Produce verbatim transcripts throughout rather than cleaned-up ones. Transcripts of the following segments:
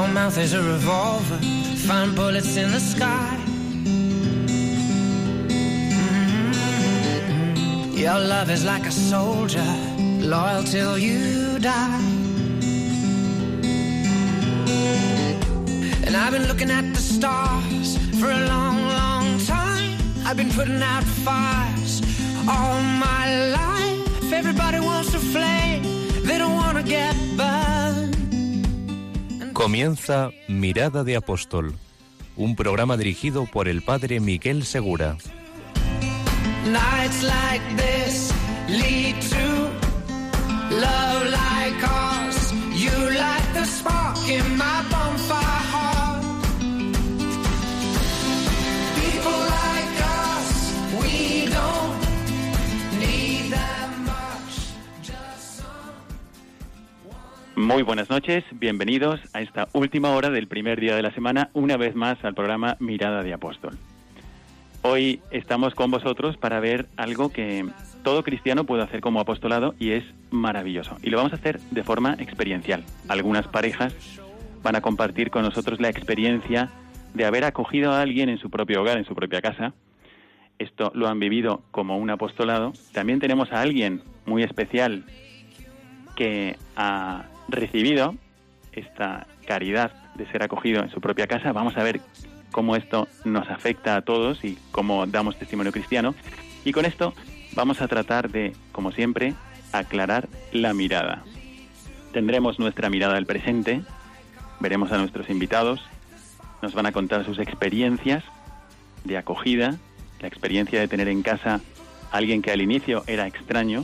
Your mouth is a revolver, find bullets in the sky. Mm-hmm. Your love is like a soldier, loyal till you die. And I've been looking at the stars for a long, long time. I've been putting out fires all my life. Everybody wants to flame, they don't want to get burned. Comienza Mirada de Apóstol, un programa dirigido por el padre Miguel Segura. Nights like this lead to love like ours. You light the spark in my bonfire heart. People like us, we don't need that much. Just Muy buenas noches, bienvenidos a esta última hora del primer día de la semana, una vez más al programa Mirada de Apóstol. Hoy estamos con vosotros para ver algo que todo cristiano puede hacer como apostolado y es maravilloso. Y lo vamos a hacer de forma experiencial. Algunas parejas van a compartir con nosotros la experiencia de haber acogido a alguien en su propio hogar, en su propia casa. Esto lo han vivido como un apostolado. También tenemos a alguien muy especial que ha recibido esta caridad de ser acogido en su propia casa. Vamos a ver cómo esto nos afecta a todos y cómo damos testimonio cristiano. Y con esto vamos a tratar de, como siempre, aclarar la mirada. Tendremos nuestra mirada del presente, veremos a nuestros invitados, nos van a contar sus experiencias de acogida, la experiencia de tener en casa a alguien que al inicio era extraño.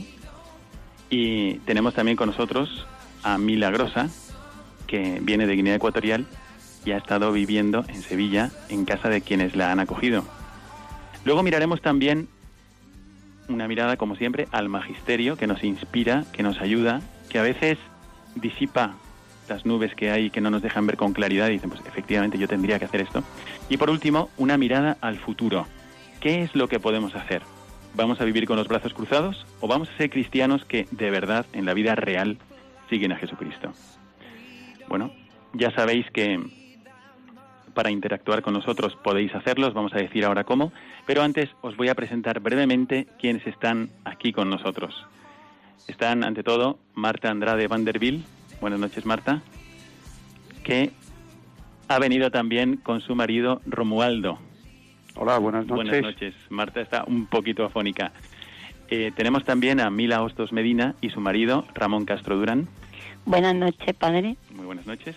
Y tenemos también con nosotros a Milagrosa, que viene de Guinea Ecuatorial y ha estado viviendo en Sevilla en casa de quienes la han acogido. Luego miraremos también una mirada, como siempre, al magisterio, que nos inspira, que nos ayuda, que a veces disipa las nubes que hay que no nos dejan ver con claridad y dicen, pues efectivamente yo tendría que hacer esto. Y por último, una mirada al futuro. ¿Qué es lo que podemos hacer? ¿Vamos a vivir con los brazos cruzados o vamos a ser cristianos que de verdad en la vida real siguen a Jesucristo? Bueno, ya sabéis que para interactuar con nosotros podéis hacerlo, os vamos a decir ahora cómo, pero antes os voy a presentar brevemente quiénes están aquí con nosotros. Están, ante todo, Marta Andrade Vanderbilt. Buenas noches, Marta. Que ha venido también con su marido Romualdo. Hola, buenas noches. Buenas noches. Marta está un poquito afónica. Eh, tenemos también a Mila Hostos Medina y su marido Ramón Castro Durán. Buenas noches, padre. Muy buenas noches.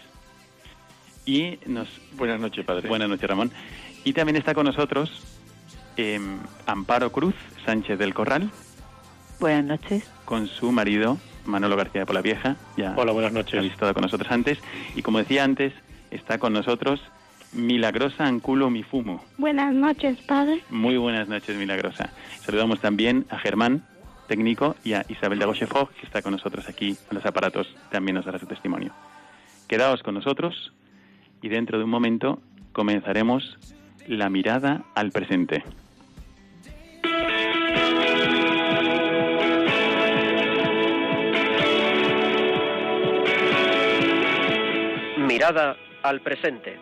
Y nos... Buenas noches, padre. Buenas noches, Ramón. Y también está con nosotros eh, Amparo Cruz Sánchez del Corral. Buenas noches. Con su marido Manolo García de Polavieja. Ya Hola, buenas noches. Ha estado con nosotros antes. Y como decía antes, está con nosotros Milagrosa Anculo Mifumo. Buenas noches, padre. Muy buenas noches, Milagrosa. Saludamos también a Germán, técnico, y a Isabel de Rochefort, que está con nosotros aquí en los aparatos. También nos dará su testimonio. Quedaos con nosotros y dentro de un momento comenzaremos la mirada al presente. Mirada al presente.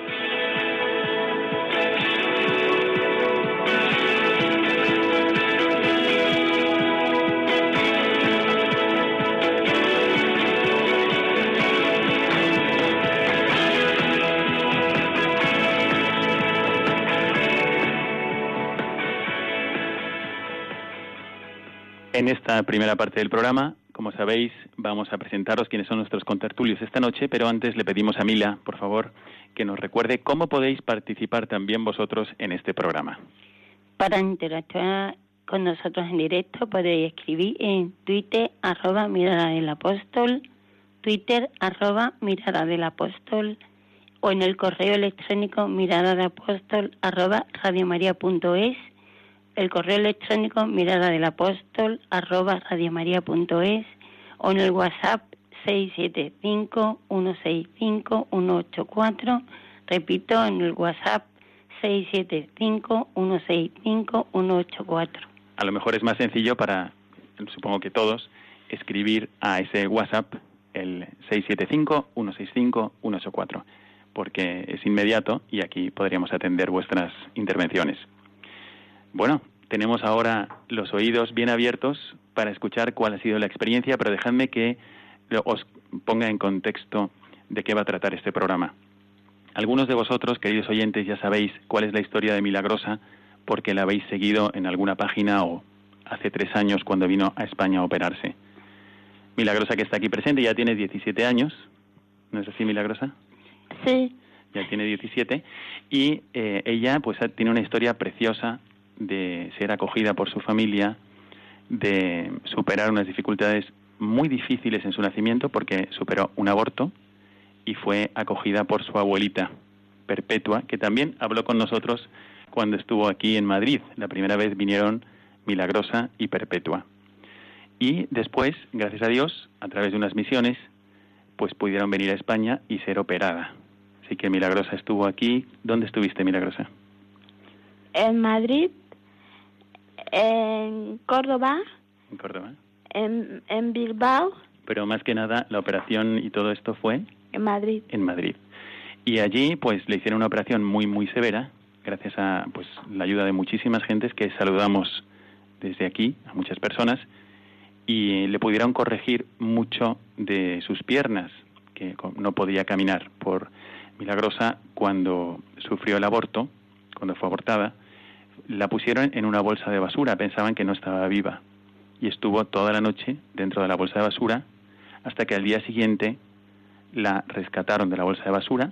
En esta primera parte del programa, como sabéis, vamos a presentaros quiénes son nuestros contertulios esta noche, pero antes le pedimos a Mila, por favor, que nos recuerde cómo podéis participar también vosotros en este programa. Para interactuar con nosotros en directo podéis escribir en Twitter, arroba Mirada del Apóstol, Twitter, arroba Mirada del Apóstol, o en el correo electrónico mirada de apóstol, arroba radiomaria.es, el correo electrónico mirada del apóstol, arroba radiomaria.es, o en el WhatsApp seis siete cinco, uno seis cinco, uno ocho cuatro, repito, en el WhatsApp seis siete cinco, uno seis cinco, uno ocho cuatro. A lo mejor es más sencillo para, supongo que todos, escribir a ese WhatsApp el seis siete cinco, uno seis cinco, uno ocho cuatro, porque es inmediato y aquí podríamos atender vuestras intervenciones. Bueno, tenemos ahora los oídos bien abiertos para escuchar cuál ha sido la experiencia, pero dejadme que os ponga en contexto de qué va a tratar este programa. Algunos de vosotros, queridos oyentes, ya sabéis cuál es la historia de Milagrosa, porque la habéis seguido en alguna página o hace tres años cuando vino a España a operarse. Milagrosa, que está aquí presente, ya tiene diecisiete años, ¿no es así, Milagrosa? Sí. Ya tiene diecisiete, y eh, ella pues tiene una historia preciosa de ser acogida por su familia, de superar unas dificultades muy difíciles en su nacimiento, porque superó un aborto y fue acogida por su abuelita, Perpetua, que también habló con nosotros cuando estuvo aquí en Madrid. La primera vez vinieron Milagrosa y Perpetua. Y después, gracias a Dios, a través de unas misiones, pues pudieron venir a España y ser operada. Así que Milagrosa estuvo aquí. ¿Dónde estuviste, Milagrosa? En Madrid, en Córdoba. En Córdoba. En, en Bilbao. Pero más que nada, la operación y todo esto fue... En Madrid. En Madrid. Y allí, pues, le hicieron una operación muy, muy severa, gracias a, pues, la ayuda de muchísimas gentes que saludamos desde aquí, a muchas personas, y le pudieron corregir mucho de sus piernas, que no podía caminar. Por Milagrosa, cuando sufrió el aborto, cuando fue abortada, la pusieron en una bolsa de basura, pensaban que no estaba viva, y estuvo toda la noche dentro de la bolsa de basura, hasta que al día siguiente la rescataron de la bolsa de basura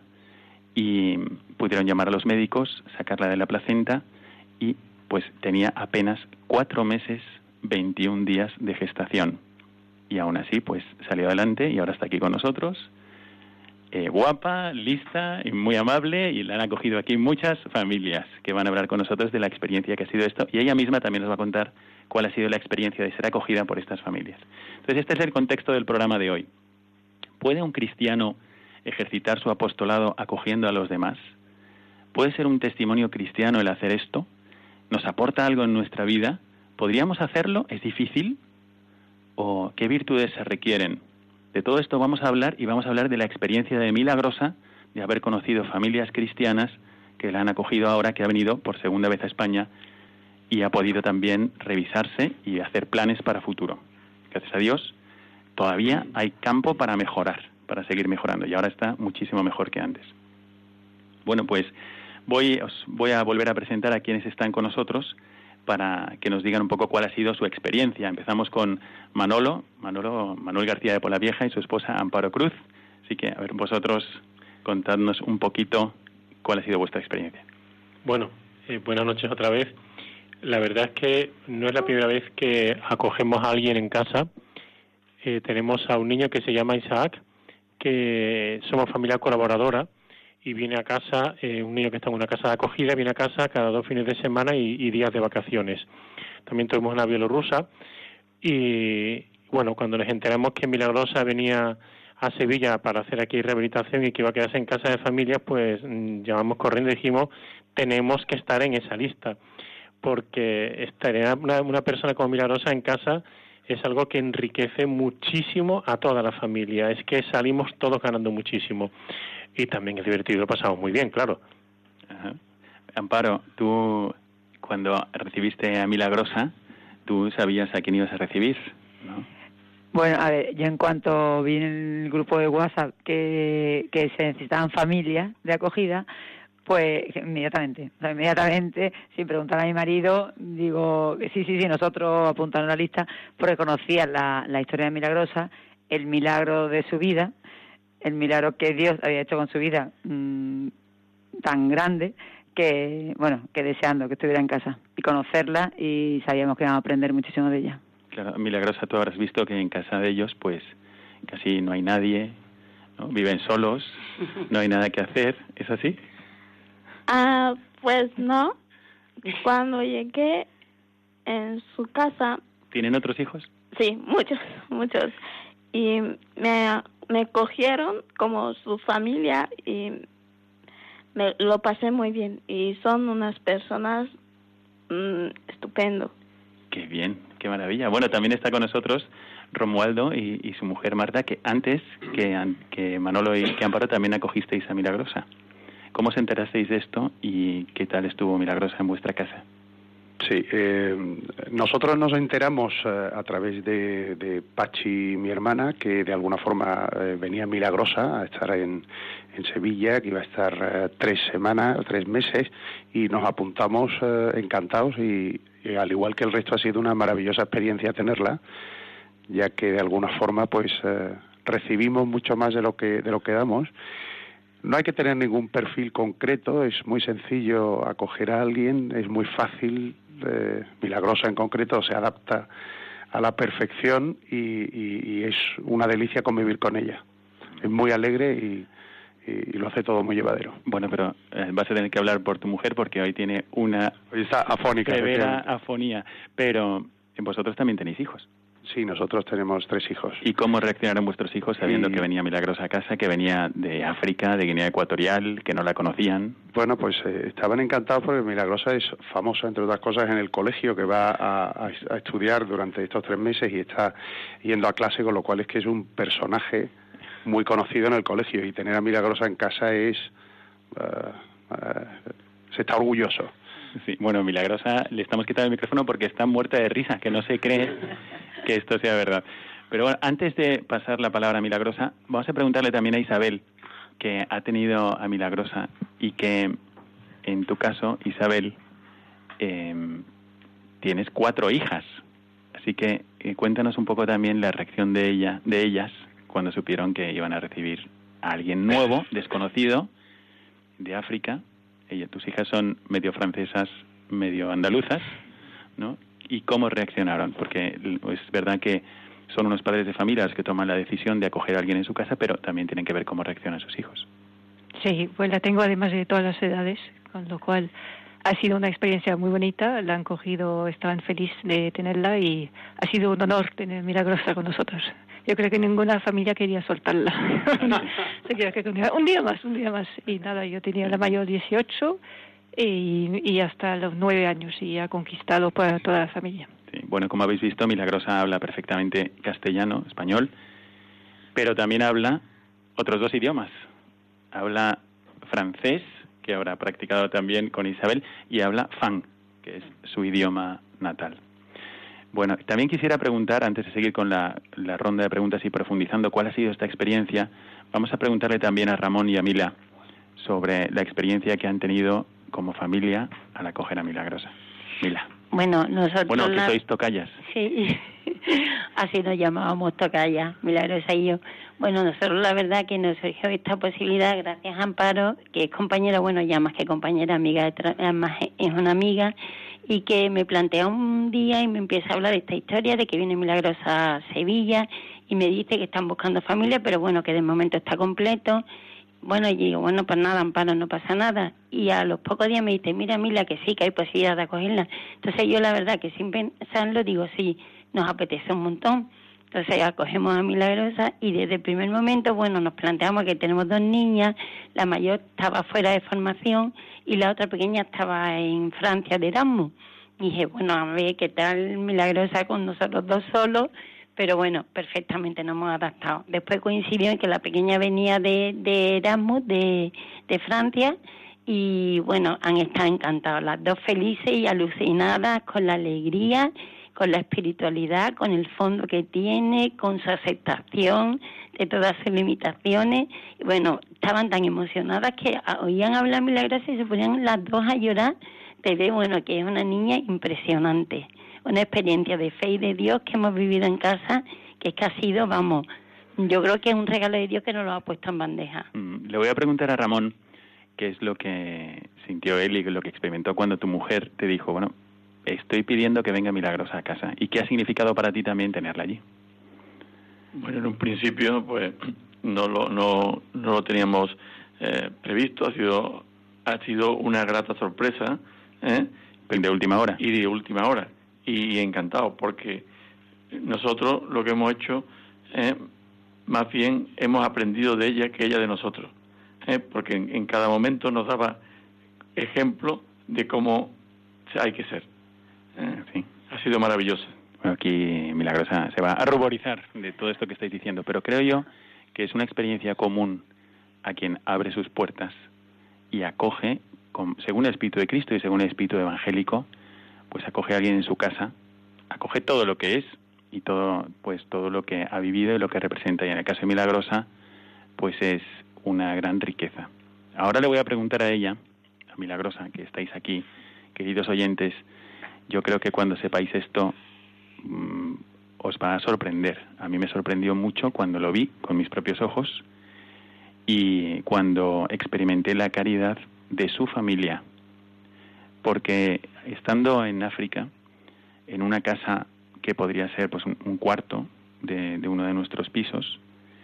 y pudieron llamar a los médicos, sacarla de la placenta, y pues tenía apenas cuatro meses, veintiún días de gestación. Y aún así, pues salió adelante y ahora está aquí con nosotros, eh, guapa, lista y muy amable, y la han acogido aquí muchas familias que van a hablar con nosotros de la experiencia que ha sido esto, y ella misma también nos va a contar cuál ha sido la experiencia de ser acogida por estas familias. Entonces, este es el contexto del programa de hoy. ¿Puede un cristiano ejercitar su apostolado acogiendo a los demás? ¿Puede ser un testimonio cristiano el hacer esto? ¿Nos aporta algo en nuestra vida? ¿Podríamos hacerlo? ¿Es difícil? ¿O qué virtudes se requieren? De todo esto vamos a hablar, y vamos a hablar de la experiencia de Milagrosa, de haber conocido familias cristianas que la han acogido ahora, que ha venido por segunda vez a España y ha podido también revisarse y hacer planes para futuro. Gracias a Dios, todavía hay campo para mejorar, para seguir mejorando, y ahora está muchísimo mejor que antes. Bueno, pues voy, os voy a volver a presentar a quienes están con nosotros para que nos digan un poco cuál ha sido su experiencia. Empezamos con Manolo, Manolo Manuel García de Polavieja y su esposa Amparo Cruz. Así que, a ver, vosotros contadnos un poquito cuál ha sido vuestra experiencia. Bueno, eh, buenas noches otra vez. La verdad es que no es la primera vez que acogemos a alguien en casa. Eh, tenemos a un niño que se llama Isaac, que somos familia colaboradora, y viene a casa, eh, un niño que está en una casa de acogida, viene a casa cada dos fines de semana y, y días de vacaciones. También tuvimos una bielorrusa, y bueno, cuando nos enteramos que Milagrosa venía a Sevilla para hacer aquí rehabilitación y que iba a quedarse en casa de familias, pues mmm, llamamos corriendo y dijimos, tenemos que estar en esa lista, porque estar una, una persona como Milagrosa en casa es algo que enriquece muchísimo a toda la familia. Es que salimos todos ganando muchísimo. Y también es divertido, lo pasamos muy bien, claro. Ajá. Amparo, tú cuando recibiste a Milagrosa, tú sabías a quién ibas a recibir, ¿no? Bueno, a ver, yo en cuanto vi en el grupo de WhatsApp que, que se necesitaban familias de acogida, pues inmediatamente, o sea, inmediatamente, sin preguntar a mi marido, digo, sí, sí, sí, nosotros apuntamos la lista, porque conocía la, la historia de Milagrosa, el milagro de su vida, el milagro que Dios había hecho con su vida mmm, tan grande, que, bueno, que deseando que estuviera en casa y conocerla, y sabíamos que íbamos a aprender muchísimo de ella. Claro, Milagrosa, tú habrás visto que en casa de ellos, pues, casi no hay nadie, ¿no? Viven solos, no hay nada que hacer, ¿es así? Ah, pues no. Cuando llegué en su casa... ¿Tienen otros hijos? Sí, muchos, muchos. Y me, me cogieron como su familia y me lo pasé muy bien. Y son unas personas mmm, estupendo. Qué bien, qué maravilla. Bueno, también está con nosotros Romualdo y, y su mujer Marta, que antes que, que Manolo y que Amparo también acogisteis a Milagrosa. ¿Cómo os enterasteis de esto y qué tal estuvo Milagrosa en vuestra casa? Sí, eh, nosotros nos enteramos eh, a través de, de Pachi, mi hermana, que de alguna forma eh, venía Milagrosa a estar en, en Sevilla, que iba a estar eh, tres semanas, tres meses, y nos apuntamos eh, encantados y, y al igual que el resto ha sido una maravillosa experiencia tenerla, ya que de alguna forma pues eh, recibimos mucho más de lo que de lo que damos. No hay que tener ningún perfil concreto, es muy sencillo acoger a alguien, es muy fácil. Eh, Milagrosa en concreto se adapta a la perfección y, y, y es una delicia convivir con ella. Es muy alegre y, y, y lo hace todo muy llevadero. Bueno, pero eh, vas a tener que hablar por tu mujer porque hoy tiene una hoy está afónica, severa afonía, pero vosotros también tenéis hijos. Sí, nosotros tenemos tres hijos. ¿Y cómo reaccionaron vuestros hijos sabiendo y... que venía Milagrosa a casa, que venía de África, de Guinea Ecuatorial, que no la conocían? Bueno, pues eh, estaban encantados porque Milagrosa es famosa, entre otras cosas, en el colegio, que va a, a, a estudiar durante estos tres meses y está yendo a clase, con lo cual es que es un personaje muy conocido en el colegio y tener a Milagrosa en casa es... Uh, uh, se está orgulloso. Sí, bueno, Milagrosa, le estamos quitando el micrófono porque está muerta de risa, que no se cree que esto sea verdad. Pero bueno, antes de pasar la palabra a Milagrosa, vamos a preguntarle también a Isabel, que ha tenido a Milagrosa y que, en tu caso, Isabel, eh, tienes cuatro hijas. Así que eh, cuéntanos un poco también la reacción de ella, de ellas, cuando supieron que iban a recibir a alguien nuevo, desconocido, de África. Ella, tus hijas son medio francesas, medio andaluzas, ¿no? ¿Y cómo reaccionaron? Porque es verdad que son unos padres de familias que toman la decisión de acoger a alguien en su casa, pero también tienen que ver cómo reaccionan sus hijos. Sí, pues la tengo además de todas las edades, con lo cual ha sido una experiencia muy bonita. La han cogido, estaban felices de tenerla y ha sido un honor tener Milagrosa con nosotros. Yo creo que ninguna familia quería soltarla. Se quería que un día más, un día más. Y nada, yo tenía la mayor dieciocho y, y hasta los nueve años y ha conquistado para toda la familia. Sí, bueno, como habéis visto, Milagrosa habla perfectamente castellano, español, pero también habla otros dos idiomas. Habla francés, que ahora ha practicado también con Isabel, y habla fang, que es su idioma natal. Bueno, también quisiera preguntar, antes de seguir con la, la ronda de preguntas y profundizando cuál ha sido esta experiencia, vamos a preguntarle también a Ramón y a Mila sobre la experiencia que han tenido como familia al acoger a Milagrosa. Mila. Bueno, nosotros... Bueno, que la... sois tocayas. Sí, así nos llamábamos tocayas, Milagrosa y yo. Bueno, nosotros la verdad que nos surgió esta posibilidad gracias a Amparo, que es compañera, bueno, ya más que compañera, amiga, más es una amiga, y que me plantea un día y me empieza a hablar de esta historia de que viene Milagrosa a Sevilla y me dice que están buscando familia, pero bueno, que de momento está completo. Bueno, y digo, bueno, pues nada, Amparo, no pasa nada. Y a los pocos días me dice, mira, Mila, que sí, que hay posibilidad de acogerla. Entonces yo la verdad que sin pensarlo digo, sí, nos apetece un montón. Entonces acogemos a Milagrosa y desde el primer momento, bueno, nos planteamos que tenemos dos niñas, la mayor estaba fuera de formación y la otra pequeña estaba en Francia de Erasmus. Y dije, bueno, a ver qué tal Milagrosa con nosotros dos solos, pero bueno, perfectamente nos hemos adaptado. Después coincidió en que la pequeña venía de, de Erasmus, de, de Francia, y bueno, han estado encantados, las dos felices y alucinadas con la alegría, con la espiritualidad, con el fondo que tiene, con su aceptación de todas sus limitaciones. Y bueno, estaban tan emocionadas que oían hablar Milagrosa y se ponían las dos a llorar de ver, bueno, que es una niña impresionante. Una experiencia de fe y de Dios que hemos vivido en casa, que es que ha sido, vamos, yo creo que es un regalo de Dios que nos lo ha puesto en bandeja. Mm, le voy a preguntar a Ramón qué es lo que sintió él y lo que experimentó cuando tu mujer te dijo, bueno, estoy pidiendo que venga Milagrosa a casa. ¿Y qué ha significado para ti también tenerla allí? Bueno, en un principio, pues, no lo, no, no lo teníamos eh, previsto. Ha sido, ha sido una grata sorpresa, ¿eh? De última hora. Y de última hora. Y encantado, porque nosotros lo que hemos hecho, eh, más bien hemos aprendido de ella que ella de nosotros, eh, porque en, en cada momento nos daba ejemplo de cómo hay que ser. Eh, sí. Ha sido maravilloso. Aquí Milagrosa se va a ruborizar de todo esto que estáis diciendo, pero creo yo que es una experiencia común a quien abre sus puertas y acoge, con, según el Espíritu de Cristo y según el Espíritu evangélico, pues acoge a alguien en su casa, acoge todo lo que es y todo, pues todo lo que ha vivido y lo que representa. Y en el caso de Milagrosa, pues es una gran riqueza. Ahora le voy a preguntar a ella, a Milagrosa, que estáis aquí, queridos oyentes. Yo creo que cuando sepáis esto mmm, os va a sorprender. A mí me sorprendió mucho cuando lo vi con mis propios ojos y cuando experimenté la caridad de su familia. Porque estando en África, en una casa que podría ser pues un, un cuarto de, de uno de nuestros pisos,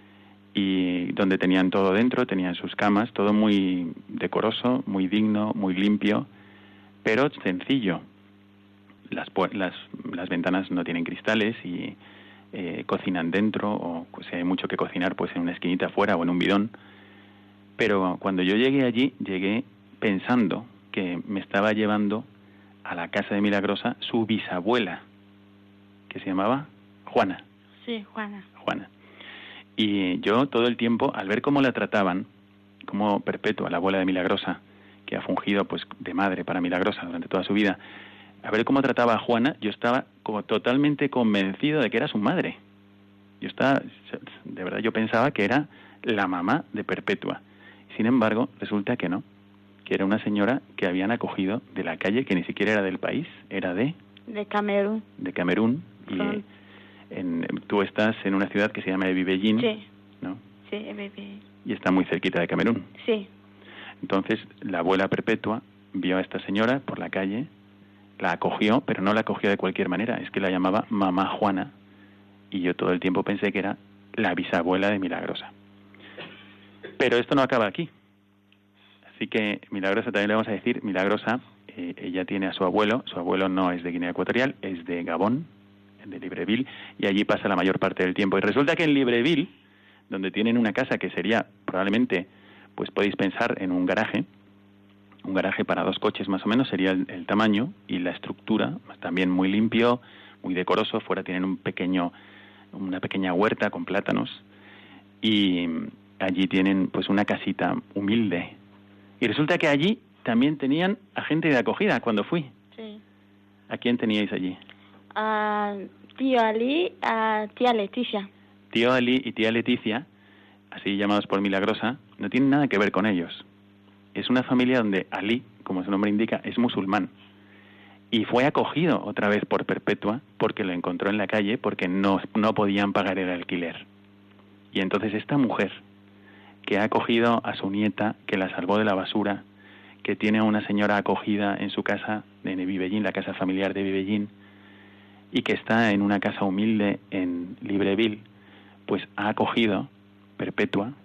y donde tenían todo dentro, tenían sus camas, todo muy decoroso, muy digno, muy limpio, pero sencillo. Las, las, las ventanas no tienen cristales y eh, cocinan dentro, o si hay mucho que cocinar, pues en una esquinita afuera o en un bidón. Pero cuando yo llegué allí, llegué pensando que me estaba llevando a la casa de Milagrosa su bisabuela, que se llamaba Juana. Sí, Juana. Juana. Y yo todo el tiempo, al ver cómo la trataban, como Perpetua, la abuela de Milagrosa, que ha fungido pues de madre para Milagrosa durante toda su vida, a ver cómo trataba a Juana, yo estaba como totalmente convencido de que era su madre. Yo estaba, de verdad, yo pensaba que era la mamá de Perpetua. Sin embargo, resulta que no, que era una señora que habían acogido de la calle, que ni siquiera era del país, era de... De Camerún. De Camerún. Y Son... en, tú estás en una ciudad que se llama Ebibellín, sí. ¿no? Sí, Ebibellín. Y está muy cerquita de Camerún. Sí. Entonces, la abuela Perpetua vio a esta señora por la calle, la acogió, pero no la acogió de cualquier manera, es que la llamaba Mamá Juana, y yo todo el tiempo pensé que era la bisabuela de Milagrosa. Pero esto no acaba aquí. Así que Milagrosa también le vamos a decir, Milagrosa, eh, ella tiene a su abuelo, su abuelo no es de Guinea Ecuatorial, es de Gabón, de Libreville, y allí pasa la mayor parte del tiempo. Y resulta que en Libreville, donde tienen una casa que sería probablemente, pues podéis pensar en un garaje, un garaje para dos coches más o menos sería el, el tamaño y la estructura, también muy limpio, muy decoroso. Fuera tienen un pequeño, una pequeña huerta con plátanos y allí tienen pues una casita humilde. Y resulta que allí también tenían a gente de acogida cuando fui. Sí. ¿A quién teníais allí? A tío Ali, a tía Leticia. Tío Ali y tía Leticia, así llamados por Milagrosa, no tienen nada que ver con ellos. Es una familia donde Ali, como su nombre indica, es musulmán. Y fue acogido otra vez por Perpetua porque lo encontró en la calle porque no, no podían pagar el alquiler. Y entonces esta mujer, que ha acogido a su nieta, que la salvó de la basura, que tiene a una señora acogida en su casa en Ebibellín, la casa familiar de Ebibellín, y que está en una casa humilde en Libreville, pues ha acogido, Perpetua,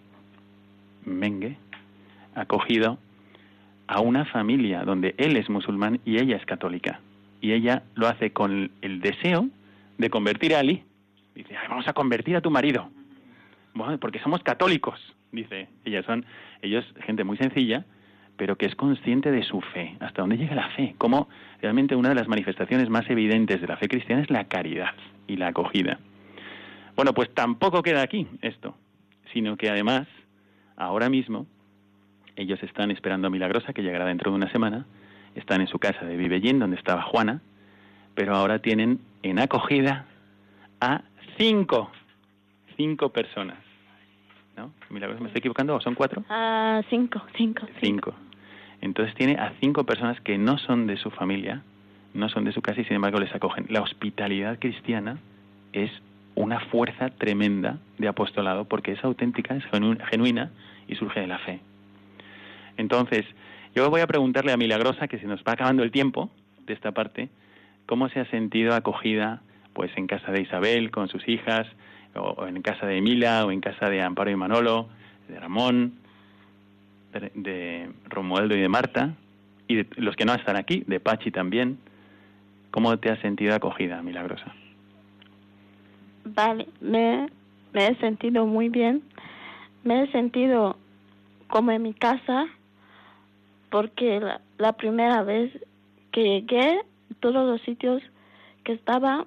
Mengue, ha acogido a una familia donde él es musulmán y ella es católica. Y ella lo hace con el deseo de convertir a Ali. Dice, ay, vamos a convertir a tu marido. Bueno, porque somos católicos, dice. Ellas son, ellos, gente muy sencilla, pero que es consciente de su fe. ¿Hasta dónde llega la fe? Como realmente una de las manifestaciones más evidentes de la fe cristiana es la caridad y la acogida. Bueno, pues tampoco queda aquí esto, sino que además, ahora mismo, ellos están esperando a Milagrosa, que llegará dentro de una semana. Están en su casa de Ebibellín, donde estaba Juana, pero ahora tienen en acogida a cinco, cinco personas. ¿No? Milagrosa, ¿me estoy equivocando? ¿O son cuatro? Ah, cinco, cinco, cinco. Cinco. Entonces tiene a cinco personas que no son de su familia, no son de su casa y sin embargo les acogen. La hospitalidad cristiana es una fuerza tremenda de apostolado porque es auténtica, es genuina y surge de la fe. Entonces, yo voy a preguntarle a Milagrosa, que se nos va acabando el tiempo de esta parte, cómo se ha sentido acogida pues en casa de Isabel con sus hijas, o en casa de Emila, o en casa de Amparo y Manolo, de Ramón, de, de Romualdo y de Marta, y de los que no están aquí, de Pachi también. ¿Cómo te has sentido acogida, Milagrosa? Vale, me, me he sentido muy bien. Me he sentido como en mi casa, porque la, la primera vez que llegué, todos los sitios que estaba,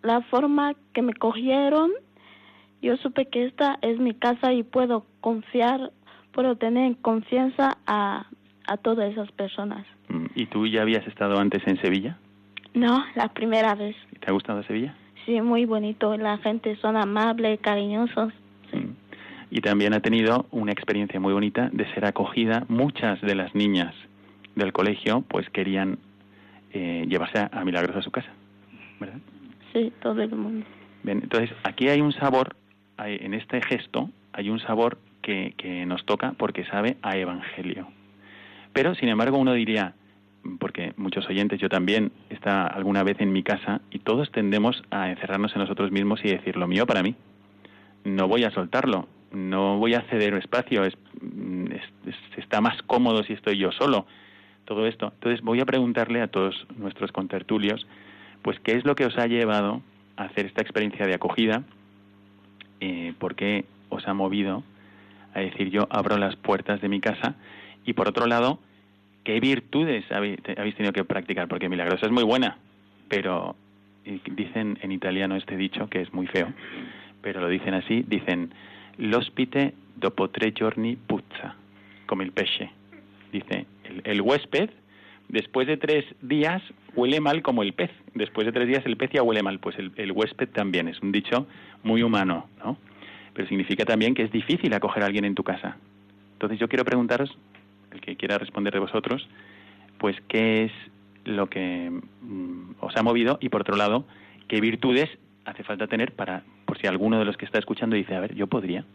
la forma que me cogieron, yo supe que esta es mi casa y puedo confiar, puedo tener confianza a, a todas esas personas. ¿Y tú ya habías estado antes en Sevilla? No, la primera vez. ¿Te ha gustado Sevilla? Sí, muy bonito. La gente son amables, cariñosos. Sí. Y también ha tenido una experiencia muy bonita de ser acogida. Muchas de las niñas del colegio pues querían eh, llevarse a, a Milagrosa a su casa, ¿verdad? Sí, todo el mundo. Bien, entonces aquí hay un sabor, hay, en este gesto hay un sabor que, que nos toca porque sabe a evangelio. Pero, sin embargo, uno diría, porque muchos oyentes, yo también, está alguna vez en mi casa y todos tendemos a encerrarnos en nosotros mismos y decir, lo mío para mí, no voy a soltarlo, no voy a ceder espacio, es, es, es, está más cómodo si estoy yo solo, todo esto. Entonces voy a preguntarle a todos nuestros contertulios, pues qué es lo que os ha llevado a hacer esta experiencia de acogida, eh, por qué os ha movido a decir yo abro las puertas de mi casa, y por otro lado, ¿qué virtudes habéis tenido que practicar? Porque Milagrosa es muy buena, pero dicen en italiano este dicho, que es muy feo, pero lo dicen así, dicen, l'ospite dopo tre giorni puzza, come il pesce. Dice, el, el huésped, después de tres días, huele mal como el pez. Después de tres días el pez ya huele mal. Pues el, el huésped también, es un dicho muy humano, ¿no? Pero significa también que es difícil acoger a alguien en tu casa. Entonces yo quiero preguntaros, el que quiera responder de vosotros, pues qué es lo que mm, os ha movido y, por otro lado, qué virtudes hace falta tener para, por si alguno de los que está escuchando dice, a ver, yo podría.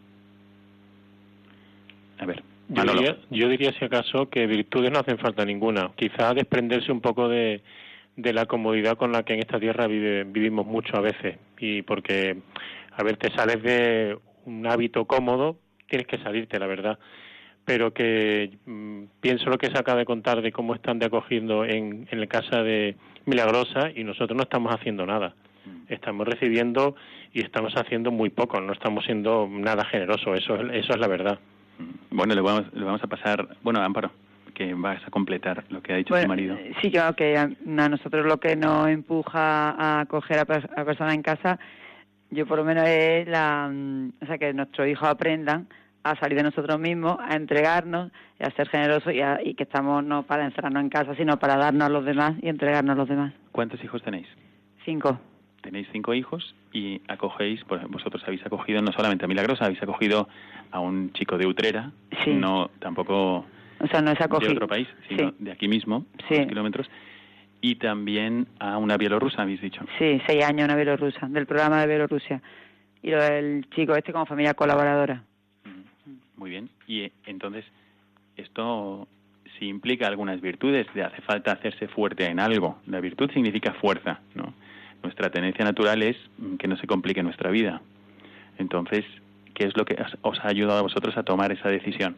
A ver, yo diría, yo diría si acaso que virtudes no hacen falta ninguna. Quizás desprenderse un poco de, de la comodidad con la que en esta tierra vive, vivimos mucho a veces. Y porque, a ver, te sales de un hábito cómodo, tienes que salirte, la verdad. Pero que mmm, pienso lo que se acaba de contar de cómo están de acogiendo en, en la casa de Milagrosa y nosotros no estamos haciendo nada. Estamos recibiendo y estamos haciendo muy poco, no estamos siendo nada generosos, eso, eso es la verdad. Bueno, le vamos, le vamos a pasar, bueno, Amparo, que vas a completar lo que ha dicho bueno, tu marido. Sí, yo que a, a nosotros lo que nos empuja a acoger a, a personas en casa, yo por lo menos es la, o sea, que nuestros hijos aprendan a salir de nosotros mismos, a entregarnos, y a ser generosos y, a, y que estamos no para encerrarnos en casa, sino para darnos a los demás y entregarnos a los demás. ¿Cuántos hijos tenéis? Cinco. Tenéis cinco hijos y acogéis, pues vosotros habéis acogido no solamente a Milagrosa, habéis acogido a un chico de Utrera, sí. no tampoco o sea, no es acogido. de otro país, sino sí. de aquí mismo, sí. unos kilómetros, y también a una bielorrusa, habéis dicho. Sí, seis años una bielorrusa, del programa de Bielorrusia. Y lo del chico este como familia colaboradora. Muy bien. Y entonces, esto sí implica algunas virtudes, de hace falta hacerse fuerte en algo. La virtud significa fuerza, ¿no? Nuestra tendencia natural es que no se complique nuestra vida. Entonces, ¿qué es lo que os ha ayudado a vosotros a tomar esa decisión?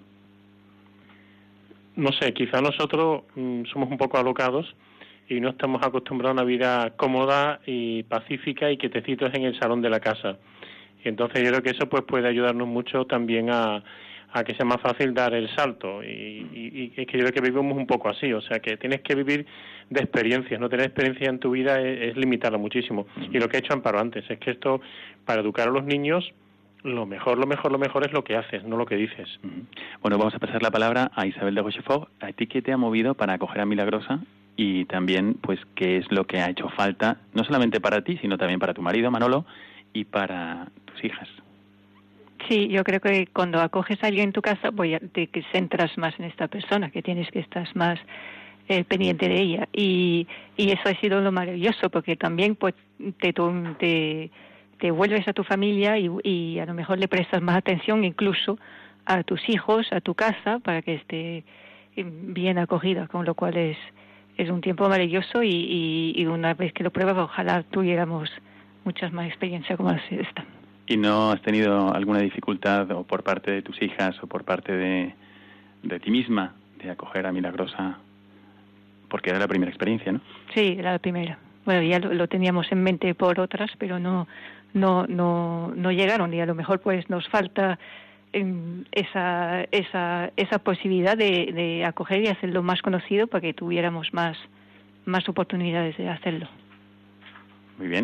No sé, quizá nosotros mmm, somos un poco alocados y no estamos acostumbrados a una vida cómoda y pacífica y quietecitos en el salón de la casa. Y entonces yo creo que eso pues puede ayudarnos mucho también a, a que sea más fácil dar el salto. Y, y, y es que yo creo que vivimos un poco así, o sea que tienes que vivir de experiencias, no tener experiencia en tu vida es, es limitarla muchísimo. Y lo que he hecho Amparo antes, es que esto, para educar a los niños, lo mejor, lo mejor, lo mejor es lo que haces, no lo que dices. Bueno, vamos a pasar la palabra a Isabel de Rochefort. ¿A ti qué te ha movido para acoger a Milagrosa? Y también, pues, qué es lo que ha hecho falta, no solamente para ti, sino también para tu marido, Manolo, y para tus hijas. Sí, yo creo que cuando acoges a alguien en tu casa, pues ya te que centras más en esta persona, que tienes que estar más eh, pendiente de ella. Y, y eso ha sido lo maravilloso, porque también pues te, te, te vuelves a tu familia y, y a lo mejor le prestas más atención incluso a tus hijos, a tu casa, para que esté bien acogida, con lo cual es, es un tiempo maravilloso y, y, y una vez que lo pruebas, ojalá tuviéramos muchas más experiencias como esta. ¿Y no has tenido alguna dificultad o por parte de tus hijas o por parte de, de ti misma de acoger a Milagrosa? Porque era la primera experiencia, ¿no? Sí, era la primera. Bueno, ya lo, lo teníamos en mente por otras, pero no no no no llegaron y a lo mejor pues nos falta eh, esa esa esa posibilidad de, de acoger y hacerlo más conocido para que tuviéramos más más oportunidades de hacerlo. Muy bien.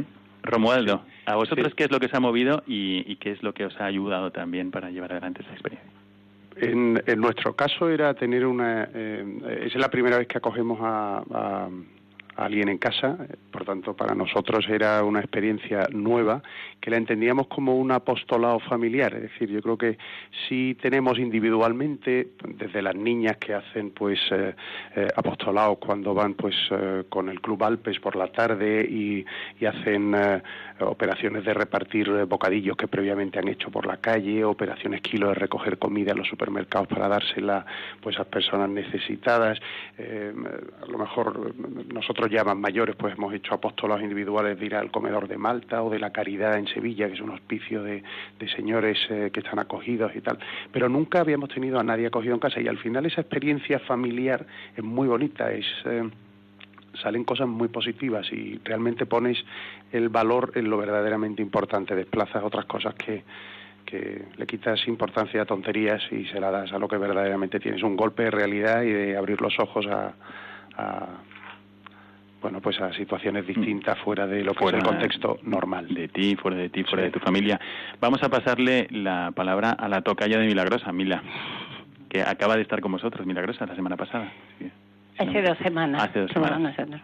Romualdo, ¿a vosotros Sí. qué es lo que os ha movido y, y qué es lo que os ha ayudado también para llevar adelante esa experiencia? En, en nuestro caso era tener una... Eh, es la primera vez que acogemos a, a, a alguien en casa, por tanto para nosotros era una experiencia nueva, que la entendíamos como un apostolado familiar, es decir, yo creo que sí tenemos individualmente, desde las niñas que hacen pues eh, eh, apostolados cuando van pues eh, con el Club Alpes por la tarde y, y hacen eh, operaciones de repartir eh, bocadillos que previamente han hecho por la calle, operaciones kilo de recoger comida en los supermercados para dársela pues a personas necesitadas, eh, a lo mejor nosotros ya más mayores pues hemos hecho apostolados individuales de ir al comedor de Malta o de la Caridad en Sevilla, que es un hospicio de, de señores eh, que están acogidos y tal, pero nunca habíamos tenido a nadie acogido en casa y al final esa experiencia familiar es muy bonita, es... Eh, salen cosas muy positivas y realmente pones el valor en lo verdaderamente importante, desplazas otras cosas que, que le quitas importancia a tonterías y se la das a lo que verdaderamente tienes, un golpe de realidad y de abrir los ojos a, a bueno, pues a situaciones distintas fuera de lo que fuera es el contexto normal. De ti, fuera de ti, fuera Sí. de tu familia. Vamos a pasarle la palabra a la tocaya de Milagrosa, Mila, que acaba de estar con vosotros, Milagrosa, la semana pasada. Sí. Hace dos semanas. Hace dos somos semanas. nosotros.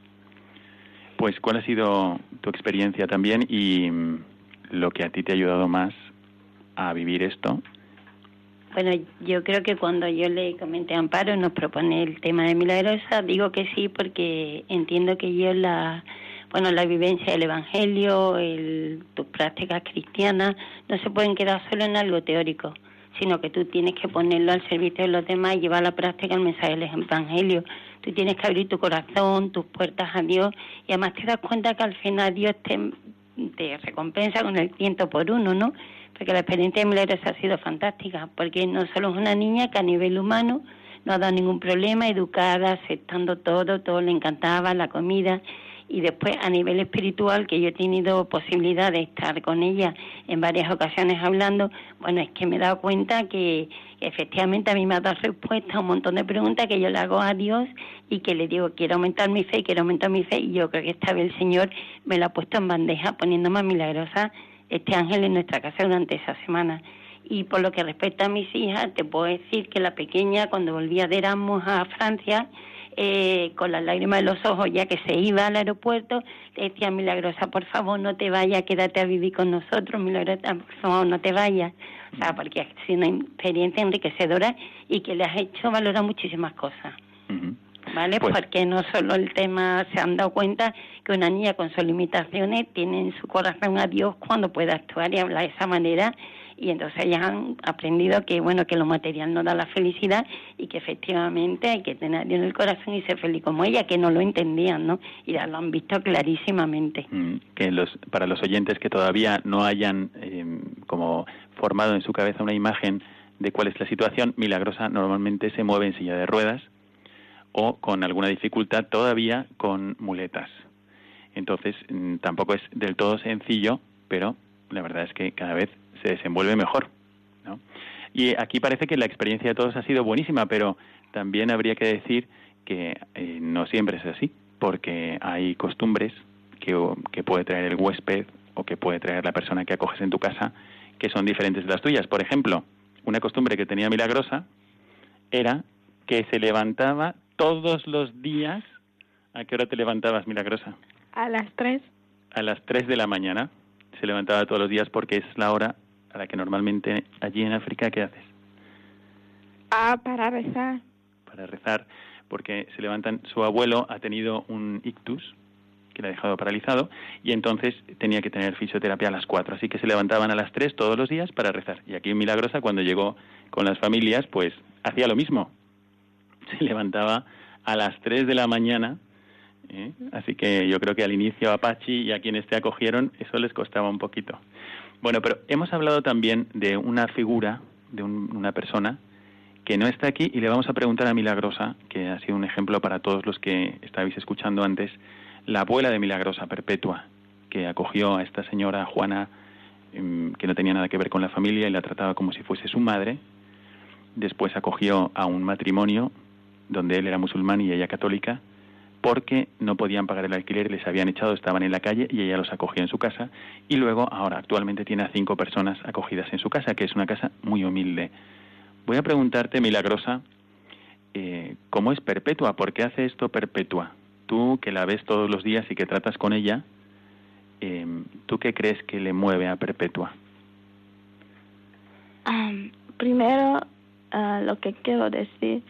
Pues, ¿cuál ha sido tu experiencia también y mm, lo que a ti te ha ayudado más a vivir esto? Bueno, yo creo que cuando yo le comenté a Amparo, nos propone el tema de Milagrosa, digo que sí porque entiendo que yo la, bueno, la vivencia del Evangelio, el, tus prácticas cristianas, no se pueden quedar solo en algo teórico, sino que tú tienes que ponerlo al servicio de los demás y llevar a la práctica el mensaje del Evangelio. Tú tienes que abrir tu corazón, tus puertas a Dios, y además te das cuenta que al final Dios te, te recompensa con el ciento por uno, ¿no? Porque la experiencia de Milagrosa ha sido fantástica, porque no solo es una niña que a nivel humano no ha dado ningún problema, educada, aceptando todo, todo le encantaba, la comida, y después a nivel espiritual, que yo he tenido posibilidad de estar con ella en varias ocasiones hablando, bueno, es que me he dado cuenta que efectivamente a mí me ha dado respuesta a un montón de preguntas que yo le hago a Dios y que le digo, quiero aumentar mi fe, quiero aumentar mi fe, y yo creo que esta vez el Señor me la ha puesto en bandeja, poniéndome Milagrosa este ángel en nuestra casa durante esa semana. Y por lo que respecta a mis hijas, te puedo decir que la pequeña, cuando volvía de Erasmus a Francia, eh, con las lágrimas en los ojos, ya que se iba al aeropuerto, le decía, Milagrosa, por favor, no te vayas, quédate a vivir con nosotros, Milagrosa, por favor, no te vayas. O sea, porque ha sido una experiencia enriquecedora y que le has hecho valorar muchísimas cosas. Uh-huh. ¿Vale? Pues, porque no solo el tema, se han dado cuenta que una niña con sus limitaciones tiene en su corazón a Dios cuando puede actuar y hablar de esa manera, y entonces ellas han aprendido que, bueno, que lo material no da la felicidad y que efectivamente hay que tener a Dios en el corazón y ser feliz como ella, que no lo entendían, ¿no? Y ya lo han visto clarísimamente. Que los, para los oyentes que todavía no hayan eh, como formado en su cabeza una imagen de cuál es la situación, Milagrosa normalmente se mueve en silla de ruedas o con alguna dificultad todavía con muletas. Entonces, tampoco es del todo sencillo, pero la verdad es que cada vez se desenvuelve mejor, ¿no? Y aquí parece que la experiencia de todos ha sido buenísima, pero también habría que decir que eh, no siempre es así, porque hay costumbres que, que puede traer el huésped o que puede traer la persona que acoges en tu casa que son diferentes de las tuyas. Por ejemplo, una costumbre que tenía Milagrosa era que se levantaba todos los días. ¿A qué hora te levantabas, Milagrosa? A las tres. A las tres de la mañana. Se levantaba todos los días porque es la hora a la que normalmente allí en África, ¿qué haces? Ah, para rezar. Para rezar, porque se levantan. Su abuelo ha tenido un ictus que le ha dejado paralizado y entonces tenía que tener fisioterapia a las cuatro, así que se levantaban a las tres todos los días para rezar. Y aquí en Milagrosa, cuando llegó con las familias, pues hacía lo mismo. Se levantaba a las tres de la mañana, ¿eh? Así que yo creo que al inicio a Pachi y a quienes te acogieron eso les costaba un poquito. Bueno, pero hemos hablado también de una figura, de un, una persona que no está aquí y le vamos a preguntar a Milagrosa, que ha sido un ejemplo para todos los que estabais escuchando antes, la abuela de Milagrosa, Perpetua, que acogió a esta señora Juana, eh, que no tenía nada que ver con la familia y la trataba como si fuese su madre. Después acogió a un matrimonio donde él era musulmán y ella católica, porque no podían pagar el alquiler, les habían echado, estaban en la calle y ella los acogió en su casa, y luego ahora actualmente tiene a cinco personas acogidas en su casa, que es una casa muy humilde. Voy a preguntarte, Milagrosa, eh, ¿cómo es Perpetua? ¿Por qué hace esto Perpetua? Tú que la ves todos los días y que tratas con ella, eh, ¿tú qué crees que le mueve a Perpetua? Um, primero, uh, lo que quiero decir,